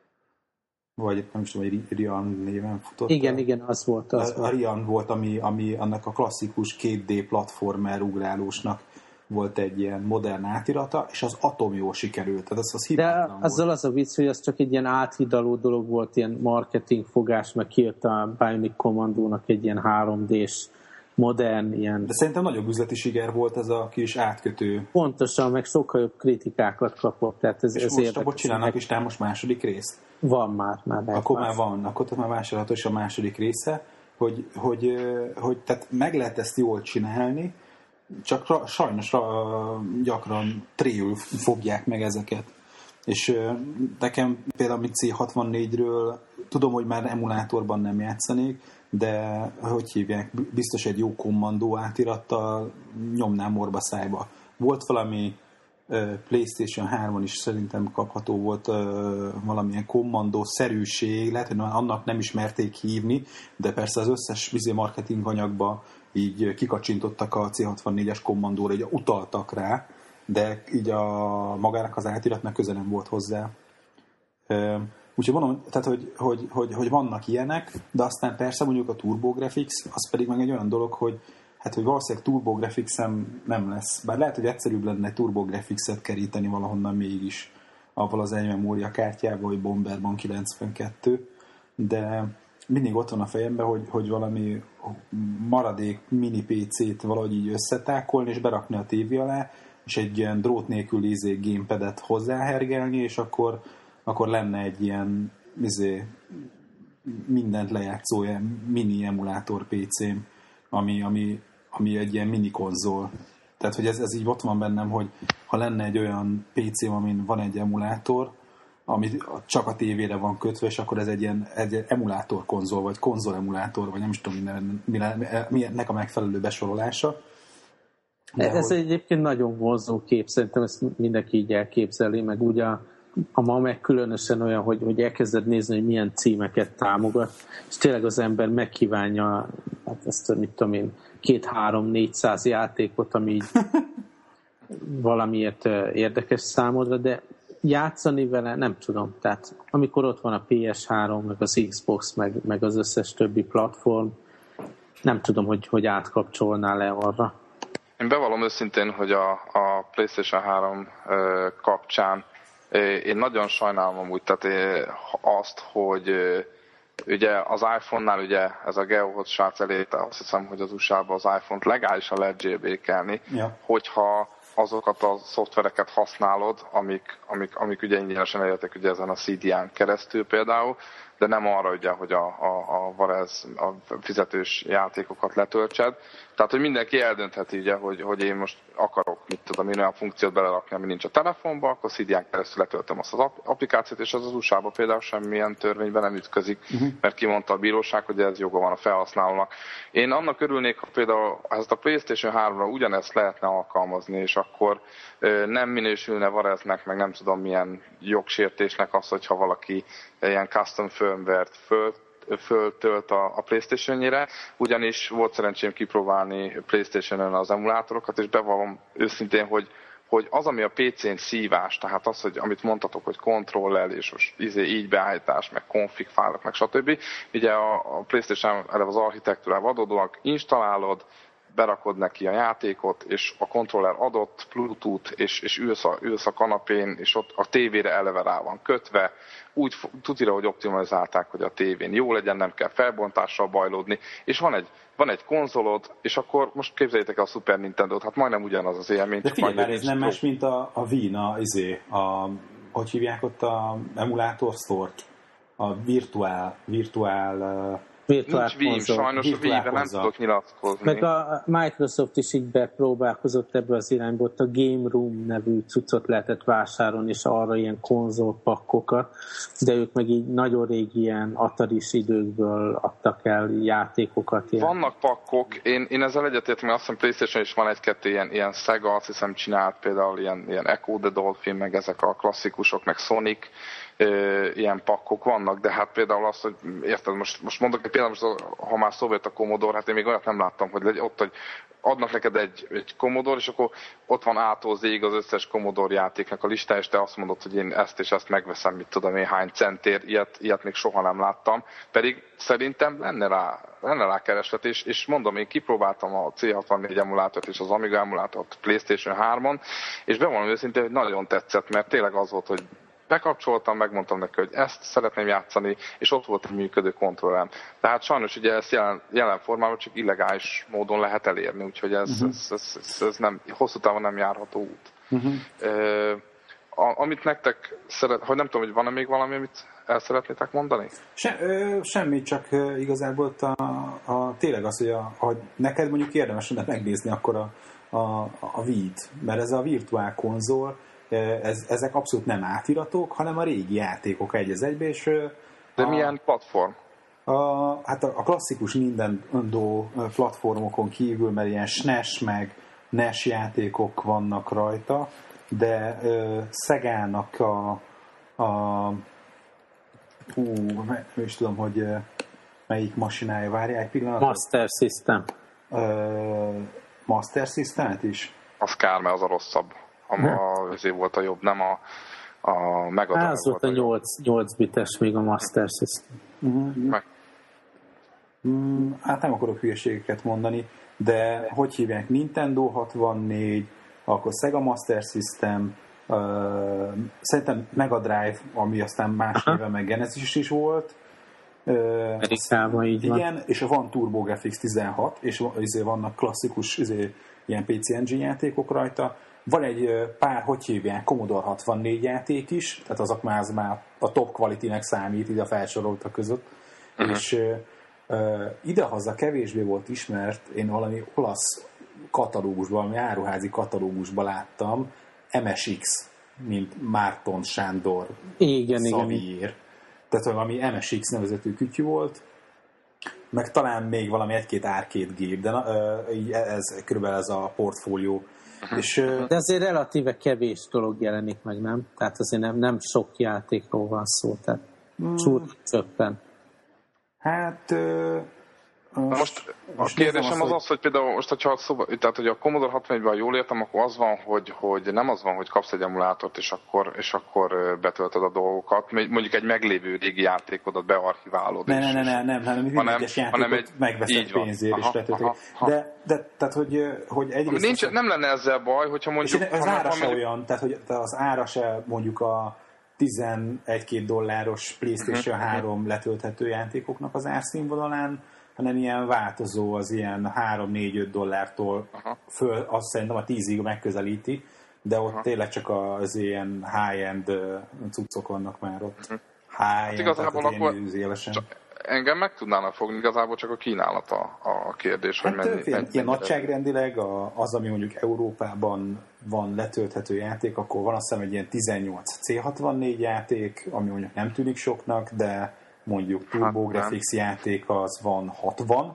Vagy nem is tudom, hogy Rearmed néven futott. Igen, az volt. A Rearmed volt, ami annak a klasszikus 2D platformer ugrálósnak volt egy ilyen modern átirata, és az atom jól sikerült. Tehát az de azzal volt. Az a vicc, hogy az csak egy ilyen áthidaló dolog volt, ilyen marketing fogás, meg kijött a Bionic Commandónak egy ilyen 3D-s modern ilyen... De szerintem nagyobb üzleti siker volt ez a kis átkötő. Pontosan, meg sokkal jobb kritikákat kapott. Tehát ez most abban csinálnak is most második részt? Van már. Akkor már van, akkor már vásárolható is a második része, hogy tehát meg lehet ezt jól csinálni, csak sajnos gyakran tréül fogják meg ezeket. És nekem például C64-ről tudom, hogy már emulátorban nem játszanék, de hogy hívják, biztos egy jó kommandó átirattal nyomnám orba szájba. Volt valami PlayStation 3-on is szerintem kapható volt valamilyen kommandó-szerűség, lehet, hogy annak nem ismerték hívni, de persze az összes marketing anyagba így kikacsintottak a C64-es kommandóra, így utaltak rá, de így magának az átiratnak köze nem volt hozzá. Úgyhogy mondom, tehát, hogy vannak ilyenek, de aztán persze mondjuk a TurboGrafx, az pedig meg egy olyan dolog, hogy valószínűleg TurboGrafx-em nem lesz. Bár lehet, hogy egyszerűbb lenne TurboGrafx-et keríteni valahonnan mégis, avval az egymemória kártyával, vagy Bomberban 92, de mindig ott van a fejemben, hogy valami maradék mini PC-t valahogy így összetákolni, és berakni a tévé alá, és egy ilyen drót nélküli gamepadet hozzáhergelni, és akkor lenne egy ilyen mindent lejátszó mini emulátor PC-m, ami egy ilyen mini konzol. Tehát, hogy ez így ott van bennem, hogy ha lenne egy olyan PC-m, amin van egy emulátor, ami csak a tévére van kötve, és akkor ez egy emulátor konzol, vagy konzol emulátor, vagy nem is tudom, mi ennek a megfelelő besorolása. Ez egyébként nagyon vonzó kép, szerintem ezt mindenki így elképzeli, meg ugye a ma meg különösen olyan, hogy elkezded nézni, hogy milyen címeket támogat, és tényleg az ember megkívánja ezt, mit tudom én, 200-400 játékot, ami így valamiért érdekes számodra, de játszani vele nem tudom. Tehát amikor ott van a PS3, meg az Xbox, meg az összes többi platform, nem tudom, hogy átkapcsolnál le arra. Én bevallom őszintén, hogy a PlayStation 3 kapcsán én nagyon sajnálom amúgy, tehát azt, hogy ugye az iPhone-nál ugye ez a GeoHot srác elérte, azt hiszem, hogy az USA-ban az iPhone-t legálisan lehet jailbreakelni, hogyha azokat a szoftvereket használod, amik ugye ingyenesen elértek ugye ezen a CDN keresztül például, de nem arra ugye, hogy a Varez a fizetős játékokat letöltsed. Tehát, hogy mindenki eldöntheti ugye, hogy én most akarok, mit tudom, én olyan funkciót belerakni, ami nincs a telefonba, akkor CDN keresztül letöltöm azt az applikációt, és az USA-ban például semmilyen törvényben nem ütközik, mert kimondta a bíróság, hogy ez joga van a felhasználónak. Én annak örülnék, ha például ezt a PlayStation 3-ra ugyanezt lehetne alkalmazni, és akkor nem minősülne Vareznek, meg nem tudom milyen jogsértésnek az, hogyha valaki ilyen custom firmware-t föltölt a PlayStation-jére, ugyanis volt szerencsém kipróbálni PlayStation-ön az emulátorokat, és bevallom őszintén, hogy az, ami a PC-n szívás, tehát az, hogy amit mondtatok, hogy kontrollel, és most így beállítás, meg config fájlok, meg stb. Ugye a PlayStation eleve az architektúrával adódóan installálod, berakod neki a játékot, és a kontroller adott, Bluetooth, és ülsz a kanapén, és ott a tévére eleve rá van kötve, úgy tutira, hogy optimalizálták, hogy a tévén jó legyen, nem kell felbontással bajlódni, és van egy konzolod, és akkor most képzeljétek el a Super Nintendo-t, hát majdnem ugyanaz az élmény. De figyelj már, ez nem más, mint a Wii-n, hogy hívják ott a emulátor store-t? A virtuál nincs Wii, sajnos a Wii-re nem tudok nyilatkozni. Meg a Microsoft is így bepróbálkozott ebbe az irányba, ott a Game Room nevű cuccot lehetett vásárolni, és arra ilyen konzolpakkokat, de ők meg így nagyon régi ilyen Atari-s időkből adtak el játékokat. Ilyen. Vannak pakkok, én ezzel egyetértem, mert azt hiszem PlayStation is van egy-kettő ilyen Sega, azt hiszem csinált például ilyen Echo the Dolphin, meg ezek a klasszikusok, meg Sonic, ilyen pakkok vannak, de hát például azt, hogy érted, most mondok egy példát, ha már szóvért a Commodore, hát én még olyat nem láttam, hogy ott, hogy adnak neked egy Commodore, és akkor ott van A-tól Z-ig az összes Commodore játéknak a lista, és te azt mondod, hogy én ezt és ezt megveszem, mit tudom én hány centért, ilyet még soha nem láttam, pedig szerintem lenne rá kereslet, és mondom, én kipróbáltam a C64 emulátort és az Amiga emulátort PlayStation 3-on, és bevallom őszintén, hogy nagyon tetszett, mert tényleg az volt, hogy bekapcsoltam, megmondtam neki, hogy ezt szeretném játszani, és ott volt egy működő kontrollem. Tehát sajnos ugye ezt jelen formában csak illegális módon lehet elérni, úgyhogy ez nem, hosszú távon nem járható út. Amit nektek hogy nem tudom, hogy van-e még valami, amit el szeretnétek mondani? Semmi, csak igazából tényleg az, hogy neked mondjuk érdemes lenne megnézni akkor a Wii-t, mert ez a virtuál konzol, ezek abszolút nem átiratok, hanem a régi játékok egy az egybe, és... De milyen platform? Hát a klasszikus Nintendo platformokon kívül, mert ilyen SNES meg NES játékok vannak rajta, de Szegának nem is tudom, hogy melyik masinája, várják egy pillanatot. Master System. Master Systemet is? Az kár, mert az a rosszabb. Azért volt a jobb, nem a Mega Drive. Az volt a 8 bites még a Master System. Hát nem akarok hülyeségeket mondani, de hogy hívják? Nintendo 64, akkor Sega Master System, szerintem Mega Drive, ami aztán más néve meg Genesis is volt. Amerikában így van. Igen, és van TurboGrafx 16, és vannak klasszikus ilyen PC Engine játékok rajta. Van egy pár, hogy hívják, Commodore 64 játék is, tehát azok már a top quality-nek számít így a felsoroltak között. És idehaza kevésbé volt ismert, én valami olasz katalógusban, valami áruházi katalógusban láttam MSX, mint Márton Sándor Xavier. Tehát valami MSX nevezetű kütyű volt, meg talán még valami egy-két arcade gép, de ez körülbelül ez a portfólió. De azért relatíve kevés dolog jelenik meg, nem? Tehát azért nem sok játékról van szó, tehát csúrt csöppen. Hát Most a kérdésem az, hogy például most, tehát, hogy a Commodore 64-ben jól értem, akkor az van, hogy nem az van, hogy kapsz egy emulátort, és akkor betöltöd a dolgokat. Mondjuk egy meglévő régi játékodat bearchiválod. Nem, minden egyes játékot megveszed pénzért és betöltöd. De tehát, hogy egyrészt... Nem lenne ezzel baj, hogyha mondjuk... És az ára se olyan, tehát hogy az ára se mondjuk a $11-2 PlayStation 3 letölthető játékoknak az árszínvonalán, hanem ilyen változó, az ilyen $3-4-5 föl, azt szerintem a 10-ig megközelíti, de ott tényleg csak az ilyen high-end cuccok vannak már ott. High-end, igazából tehát az ilyen élesen. Engem meg tudnának fogni, igazából csak a kínálat a kérdés, hogy mennyi. Ilyen nagyságrendileg az, ami mondjuk Európában van letölthető játék, akkor van azt hiszem egy ilyen 18 C64 játék, ami mondjuk nem tűnik soknak, de mondjuk TurboGrafx játék az van 60,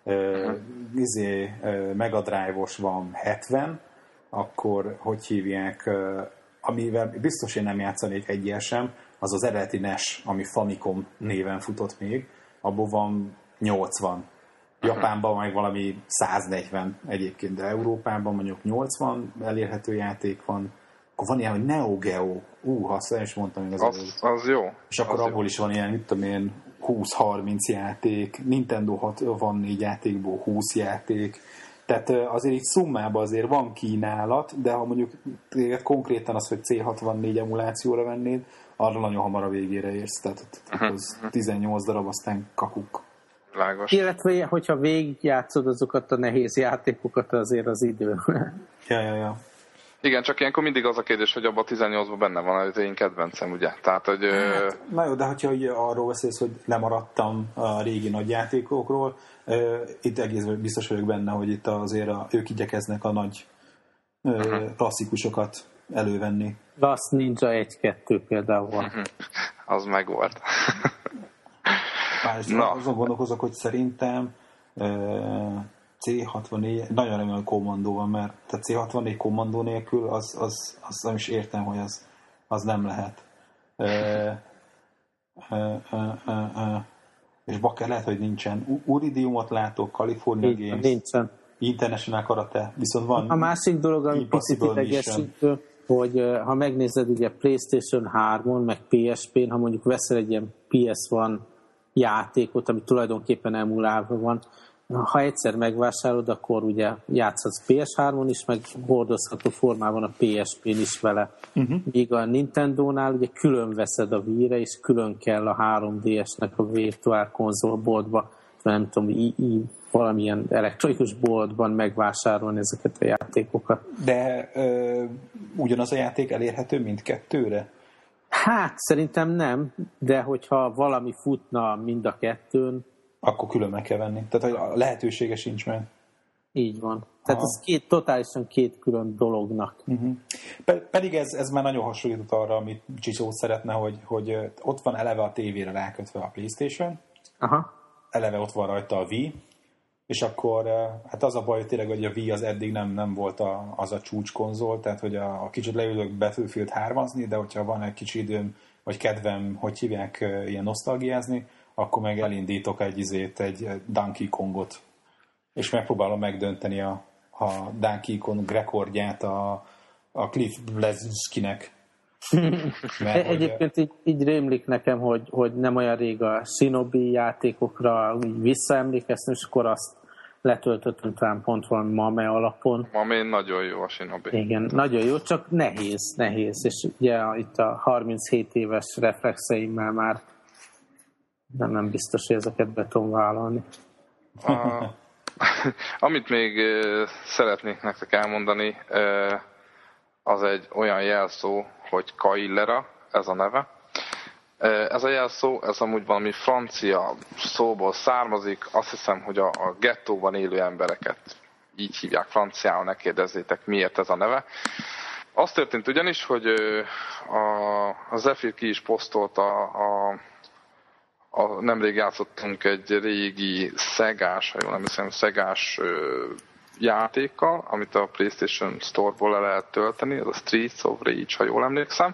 Mega Drive-os van 70, akkor hogy hívják, amivel biztos én nem játszanék egyel sem, az az eredeti NES, ami Famicom néven futott még, abból van 80. Japánban meg valami 140 egyébként, de Európában mondjuk 80 elérhető játék van. Akkor van ilyen, hogy Neo Geo. Azt el is mondtam még az jó. És akkor abból is van ilyen, mit tudom én, 20-30 játék, Nintendo 64 játékból 20 játék. Tehát azért így szummában azért van kínálat, de ha mondjuk konkrétan az, hogy C64 emulációra vennéd, arra nagyon hamar a végére érsz. Tehát az 18 darab, aztán kakuk. Világos. Illetve, hogyha végigjátszod azokat a nehéz játékokat, azért az idő. Ja. Igen, csak ilyenkor mindig az a kérdés, hogy abban a 18-ban benne van az én kedvencem, ugye? Tehát, hogy... Na jó, de hogyha arról beszélsz, hogy lemaradtam a régi nagy játékokról, itt egész biztos vagyok benne, hogy itt azért ők igyekeznek a nagy klasszikusokat elővenni. Last Ninja 1-2 például. Az meg volt. Azon gondolkozok, hogy szerintem C64, nagyon remélem, hogy kommandó van, mert tehát C64 kommandó nélkül az nem is értem, hogy az nem lehet. És bakker lehet, hogy nincsen. Uridiumot látok, California Games, nincsen. International Karate, viszont van. A másik dolog, ami picit idegesítő, hogy ha megnézed ugye PlayStation 3-on, meg PSP-n, ha mondjuk veszel egy ilyen PS1 játékot, ami tulajdonképpen emulálva van, ha egyszer megvásárolod, akkor ugye játszhatsz PS3-on is, meg hordozható formában a PSP-n is vele. Míg a Nintendo-nál ugye külön veszed a Wii-re, és külön kell a 3DS-nek a virtuál konzolboltba, nem tudom, valamilyen elektronikus boltban megvásárolni ezeket a játékokat. De ugyanaz a játék elérhető mindkettőre? Hát szerintem nem, de hogyha valami futna mind a kettőn, akkor külön meg kell venni. Tehát a lehetősége sincs meg. Így van. Tehát ez totálisan két külön dolognak. Pedig ez már nagyon hasonlított arra, amit Csicsó szeretne, hogy ott van eleve a tévére rákötve a PlayStation, eleve ott van rajta a Wii, és akkor hát az a baj, hogy tényleg, hogy a Wii az eddig nem volt az a csúcskonzol, tehát hogy a kicsit leülök Battlefield 3-azni, de hogyha van egy kicsi időm, vagy kedvem, hogy hívják, ilyen nosztalgiázni, akkor meg elindítok egy Donkey Kongot, és megpróbálom megdönteni a Donkey Kong rekordját a Cliff Bleszinskinek. Egyébként így rémlik nekem, hogy nem olyan rég a Shinobi játékokra így visszaemlékeztem, és akkor azt letöltöttem talán pont valami Mame alapon. Mame nagyon jó a Shinobi. Igen, nagyon jó, csak nehéz. És ugye itt a 37 éves reflexeimmel már nem biztos, hogy ezeket be tudom vállalni. Amit még szeretnék nektek elmondani, az egy olyan jelszó, hogy Kaillera, ez a neve. Ez a jelszó, ez amúgy valami francia szóból származik, azt hiszem, hogy a gettóban élő embereket így hívják franciául, ne kérdezzétek, miért ez a neve. Az történt ugyanis, hogy a Zephyr ki is posztolta nemrég játszottunk egy régi Szegás, ha jól nem hiszem, Szegás játékkal, amit a PlayStation Store-ból le lehet tölteni, ez a Streets of Rage, ha jól emlékszem.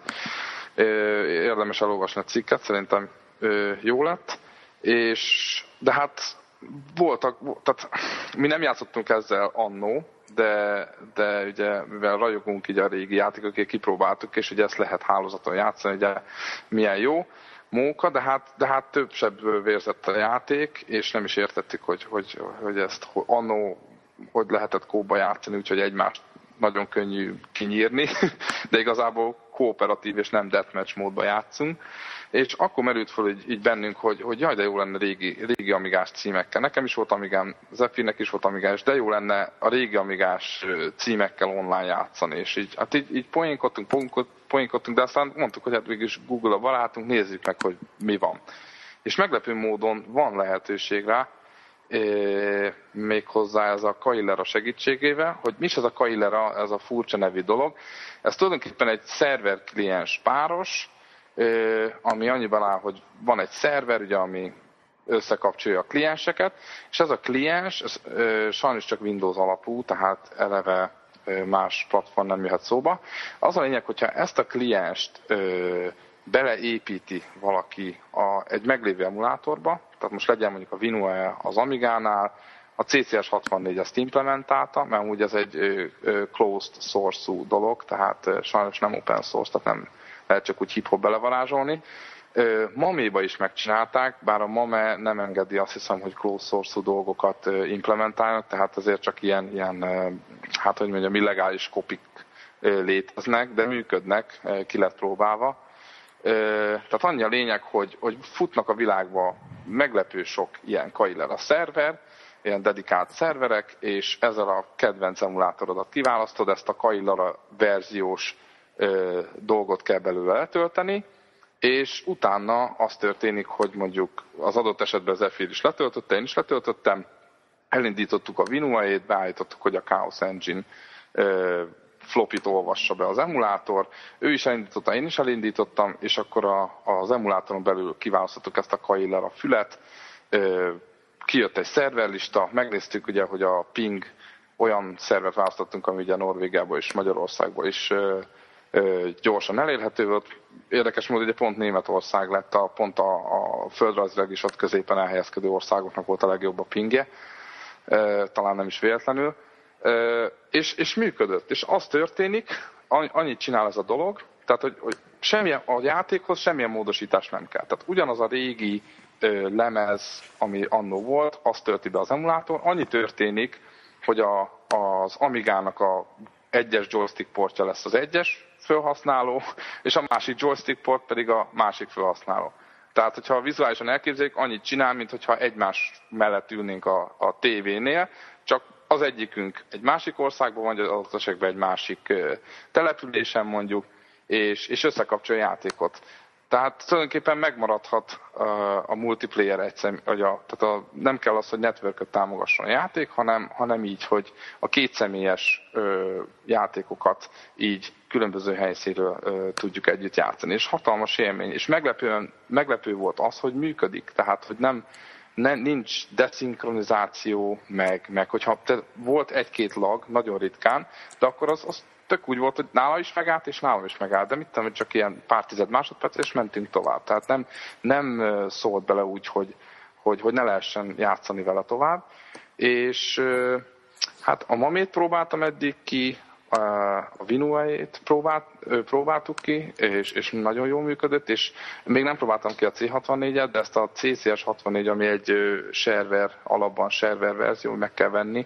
Érdemes elolvasni a cikket, szerintem jó lett. De hát tehát mi nem játszottunk ezzel annó, de ugye, mivel rajogunk így a régi játékokért, kipróbáltuk, és ugye ezt lehet hálózaton játszani, ugye milyen jó móka, de hát több sebből vérzett a játék, és nem is értettük, hogy ezt annó hogy lehetett kóba játszani, úgyhogy egymást nagyon könnyű kinyírni, de igazából kooperatív és nem deathmatch módban játszunk. És akkor merült fel így bennünk, hogy jaj, de jó lenne régi amigás címekkel. Nekem is volt amigám, Zephyrnek is volt amigás, de jó lenne a régi amigás címekkel online játszani. És így poénkodtunk, de aztán mondtuk, hogy hát mégis Google a barátunk, nézzük meg, hogy mi van. És meglepő módon van lehetőség rá, méghozzá ez a Kaillera segítségével, hogy mi is ez a Kaillera, ez a furcsa nevű dolog. Ez tulajdonképpen egy szerver-kliens páros, ami annyiban áll, hogy van egy szerver, ugye, ami összekapcsolja a klienseket, és ez a kliens ez, sajnos csak Windows alapú, tehát eleve más platform nem jöhet szóba. Az a lényeg, hogyha ezt a klienst beleépíti valaki egy meglévő emulátorba, tehát most legyen mondjuk a Winue az Amigánál, a CCS64 ezt implementálta, mert úgy ez egy closed source-ú dolog, tehát sajnos nem open source, tehát nem lehet csak úgy hip-hop belevarázsolni. Mame-ba is megcsinálták, bár a Mame nem engedi azt hiszem, hogy closed source-ú dolgokat implementálnak, tehát azért csak ilyen hát hogy mondjam, illegális kopik léteznek, de működnek, ki lett próbálva. Tehát annyi a lényeg, hogy futnak a világba meglepő sok ilyen Kaillera szerver, ilyen dedikált szerverek, és ezzel a kedvenc emulátorodat kiválasztod, ezt a Kaillera verziós dolgot kell belőle letölteni, és utána az történik, hogy mondjuk az adott esetben Zephyr is letöltötte, én is letöltöttem, elindítottuk a Winue-ét, beállítottuk, hogy a Chaos Engine flopit olvassa be az emulátor, ő is elindította, én is elindítottam, és akkor az emulátoron belül kiválasztottuk ezt a Kaillera fület, kijött egy szerverlista, megnéztük ugye, hogy a ping olyan szervert választottunk, ami ugye Norvégiából és Magyarországból is gyorsan elérhető volt. Érdekes módon, ugye pont Németország lett, pont a földrajzilag is ott középen elhelyezkedő országoknak volt a legjobb a pingje, talán nem is véletlenül. És működött. És az történik, annyit csinál ez a dolog, tehát hogy a játékhoz semmilyen módosítás nem kell. Tehát ugyanaz a régi lemez, ami annó volt, az tölti be az emulátor. Annyi történik, hogy az Amigának a egyes joystick portja lesz az egyes felhasználó, és a másik joystick port pedig a másik felhasználó. Tehát, hogyha vizuálisan elképzeljük, annyit csinál, mintha egymás mellett ülnénk a tévénél, csak az egyikünk egy másik országban, vagy az esetben egy másik településen mondjuk, és összekapcsolja a játékot. Tehát tulajdonképpen megmaradhat a multiplayer tehát nem kell az, hogy networköt támogasson a játék, hanem így, hogy a kétszemélyes játékokat így különböző helyszínről tudjuk együtt játszani. És hatalmas élmény. És meglepő volt az, hogy működik. Tehát, hogy nincs deszinkronizáció, meg hogyha volt egy-két lag, nagyon ritkán, de akkor az tök úgy volt, hogy nála is megállt, és nálam is megállt, de mit tudom, hogy csak ilyen pár tized másodperc, és mentünk tovább. Tehát nem szólt bele úgy, hogy ne lehessen játszani vele tovább. És hát a Mamét próbáltam eddig ki, a Winue-ét próbáltuk ki, és nagyon jól működött, és még nem próbáltam ki a C64-et, de ezt a CCS64, ami egy alapban server verzió, meg kell venni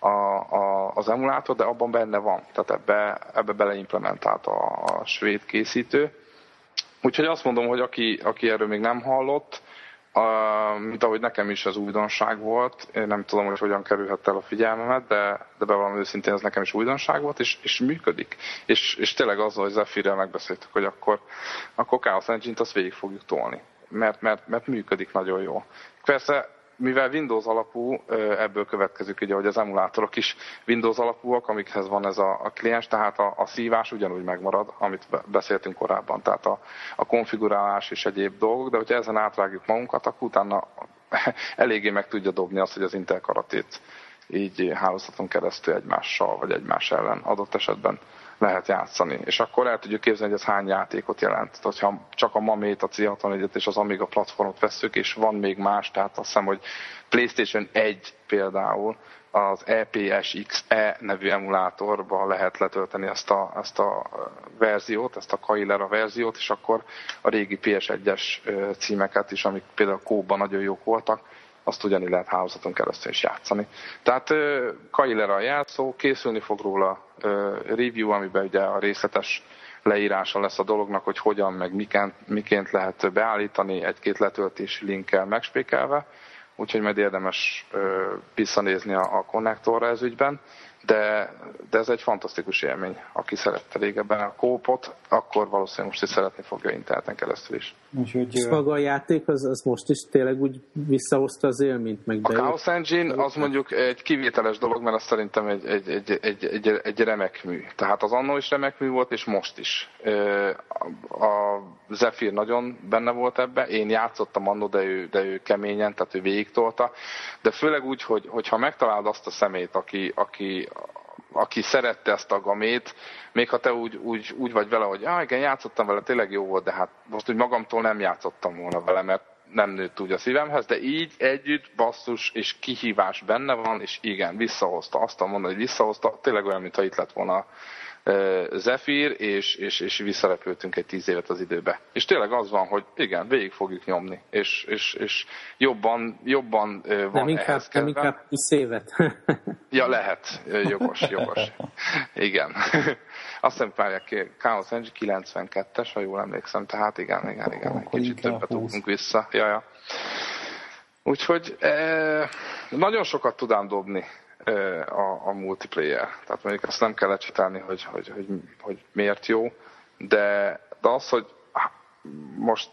az emulátor, de abban benne van, tehát ebbe beleimplementált a svéd készítő. Úgyhogy azt mondom, hogy aki erről még nem hallott, mint ahogy nekem is az újdonság volt, én nem tudom, hogy hogyan kerülhet el a figyelmemet, de bevallom őszintén, ez nekem is újdonság volt, és működik. És tényleg azzal, hogy Zephyrrel megbeszéltük, hogy akkor Chaos Engine-t azt végig fogjuk tolni, mert működik nagyon jól. Persze, mivel Windows alapú, ebből következik ugye, hogy az emulátorok is Windows alapúak, amikhez van ez a kliens, tehát a szívás ugyanúgy megmarad, amit beszéltünk korábban, tehát a konfigurálás és egyéb dolgok, de hogyha ezen átrágjuk magunkat, akkor utána eléggé meg tudja dobni azt, hogy az Intel Karatét így hálózaton keresztül egymással, vagy egymás ellen adott esetben lehet játszani. És akkor el tudjuk képzelni, hogy ez hány játékot jelent. Tehát, ha csak a Mamét, a C64-et és az Amiga platformot vesszük, és van még más, tehát azt hiszem, hogy PlayStation 1 például az EPSXE nevű emulátorban lehet letölteni ezt a verziót, ezt a Kailera verziót, és akkor a régi PS1-es címeket is, amik például Kóban nagyon jók voltak, azt ugyanígy lehet hálózaton keresztül is játszani. Tehát Kailera a játszó, készülni fog róla review, amiben ugye a részletes leírása lesz a dolognak, hogy hogyan, meg miként lehet beállítani, egy-két letöltési linkkel megspékelve, úgyhogy majd érdemes visszanézni a konnektorra ez ügyben, de ez egy fantasztikus élmény. Aki szerette régebben a kópot, akkor valószínűleg most is szeretni fogja interneten keresztül is. És maga a játék az most is tényleg úgy visszahozta az élményt, meg a Chaos Engine az mondjuk egy kivételes dolog, mert az szerintem egy remek mű. Tehát az annó is remek mű volt, és most is. A Zephyr nagyon benne volt ebbe, én játszottam annó, de ő keményen, tehát ő végigtolta, de főleg úgy, hogy ha megtalálod azt a szemét, aki szerette ezt a gamét, még ha te úgy vagy vele, hogy igen, játszottam vele, tényleg jó volt, de hát most úgy magamtól nem játszottam volna vele, mert nem nőtt úgy a szívemhez, de így együtt basszus és kihívás benne van, és igen, visszahozta, azt mondani, hogy visszahozta, tényleg olyan, mintha itt lett volna Zephyr, és visszarepültünk egy 10 évet az időbe. És tényleg az van, hogy igen, végig fogjuk nyomni, és jobban van ehhez nem inkább 10 évet. Ja, lehet. Jogos. Igen. Azt hiszem, párják Chaos Engine 92-es, ha jól emlékszem, tehát igen, egy kicsit többet ugrunk vissza. Ja. Úgyhogy nagyon sokat tudám dobni a multiplayer. Tehát mondjuk ezt nem kell lecsetelni, hogy miért jó, de az, hogy most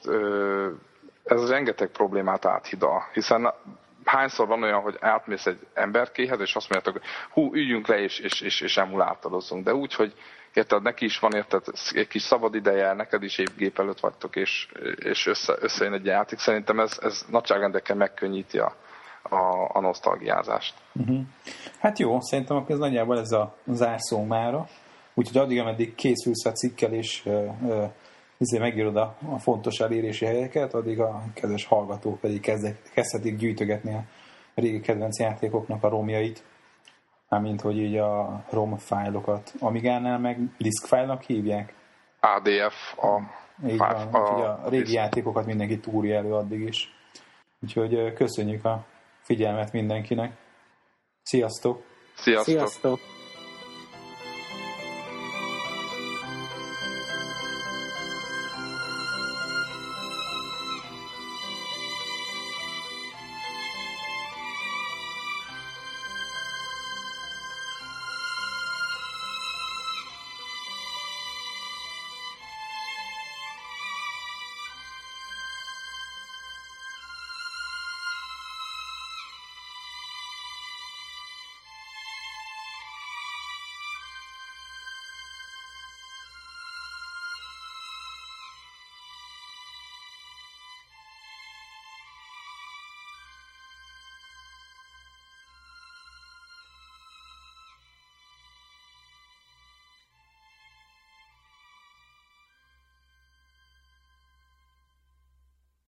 ez rengeteg problémát áthidal, hiszen hányszor van olyan, hogy átmész egy emberkéhez, és azt mondjátok, hogy üljünk le, és emulátorozzunk, de úgy, hogy érted, neki is van egy kis szabad ideje, neked is épp gép előtt vagytok, és összejön egy játék. Szerintem ez nagyságrendekkel megkönnyíti a nosztalgiázást. Uh-huh. Hát jó, szerintem akkor ez nagyjából ez a zárszó mára. Úgyhogy addig, ameddig készülsz a cikkel, és megírod a fontos elérési helyeket, addig a kedves hallgatók pedig kezdhetik gyűjtögetni a régi kedvenc játékoknak a romjait. Mármint, hogy így a ROM fájlokat Amigánál meg disk fájlnak hívják. ADF így van, úgyhogy a régi játékokat mindenki túrja elő addig is. Úgyhogy köszönjük a figyelmet mindenkinek. Sziasztok! Sziasztok!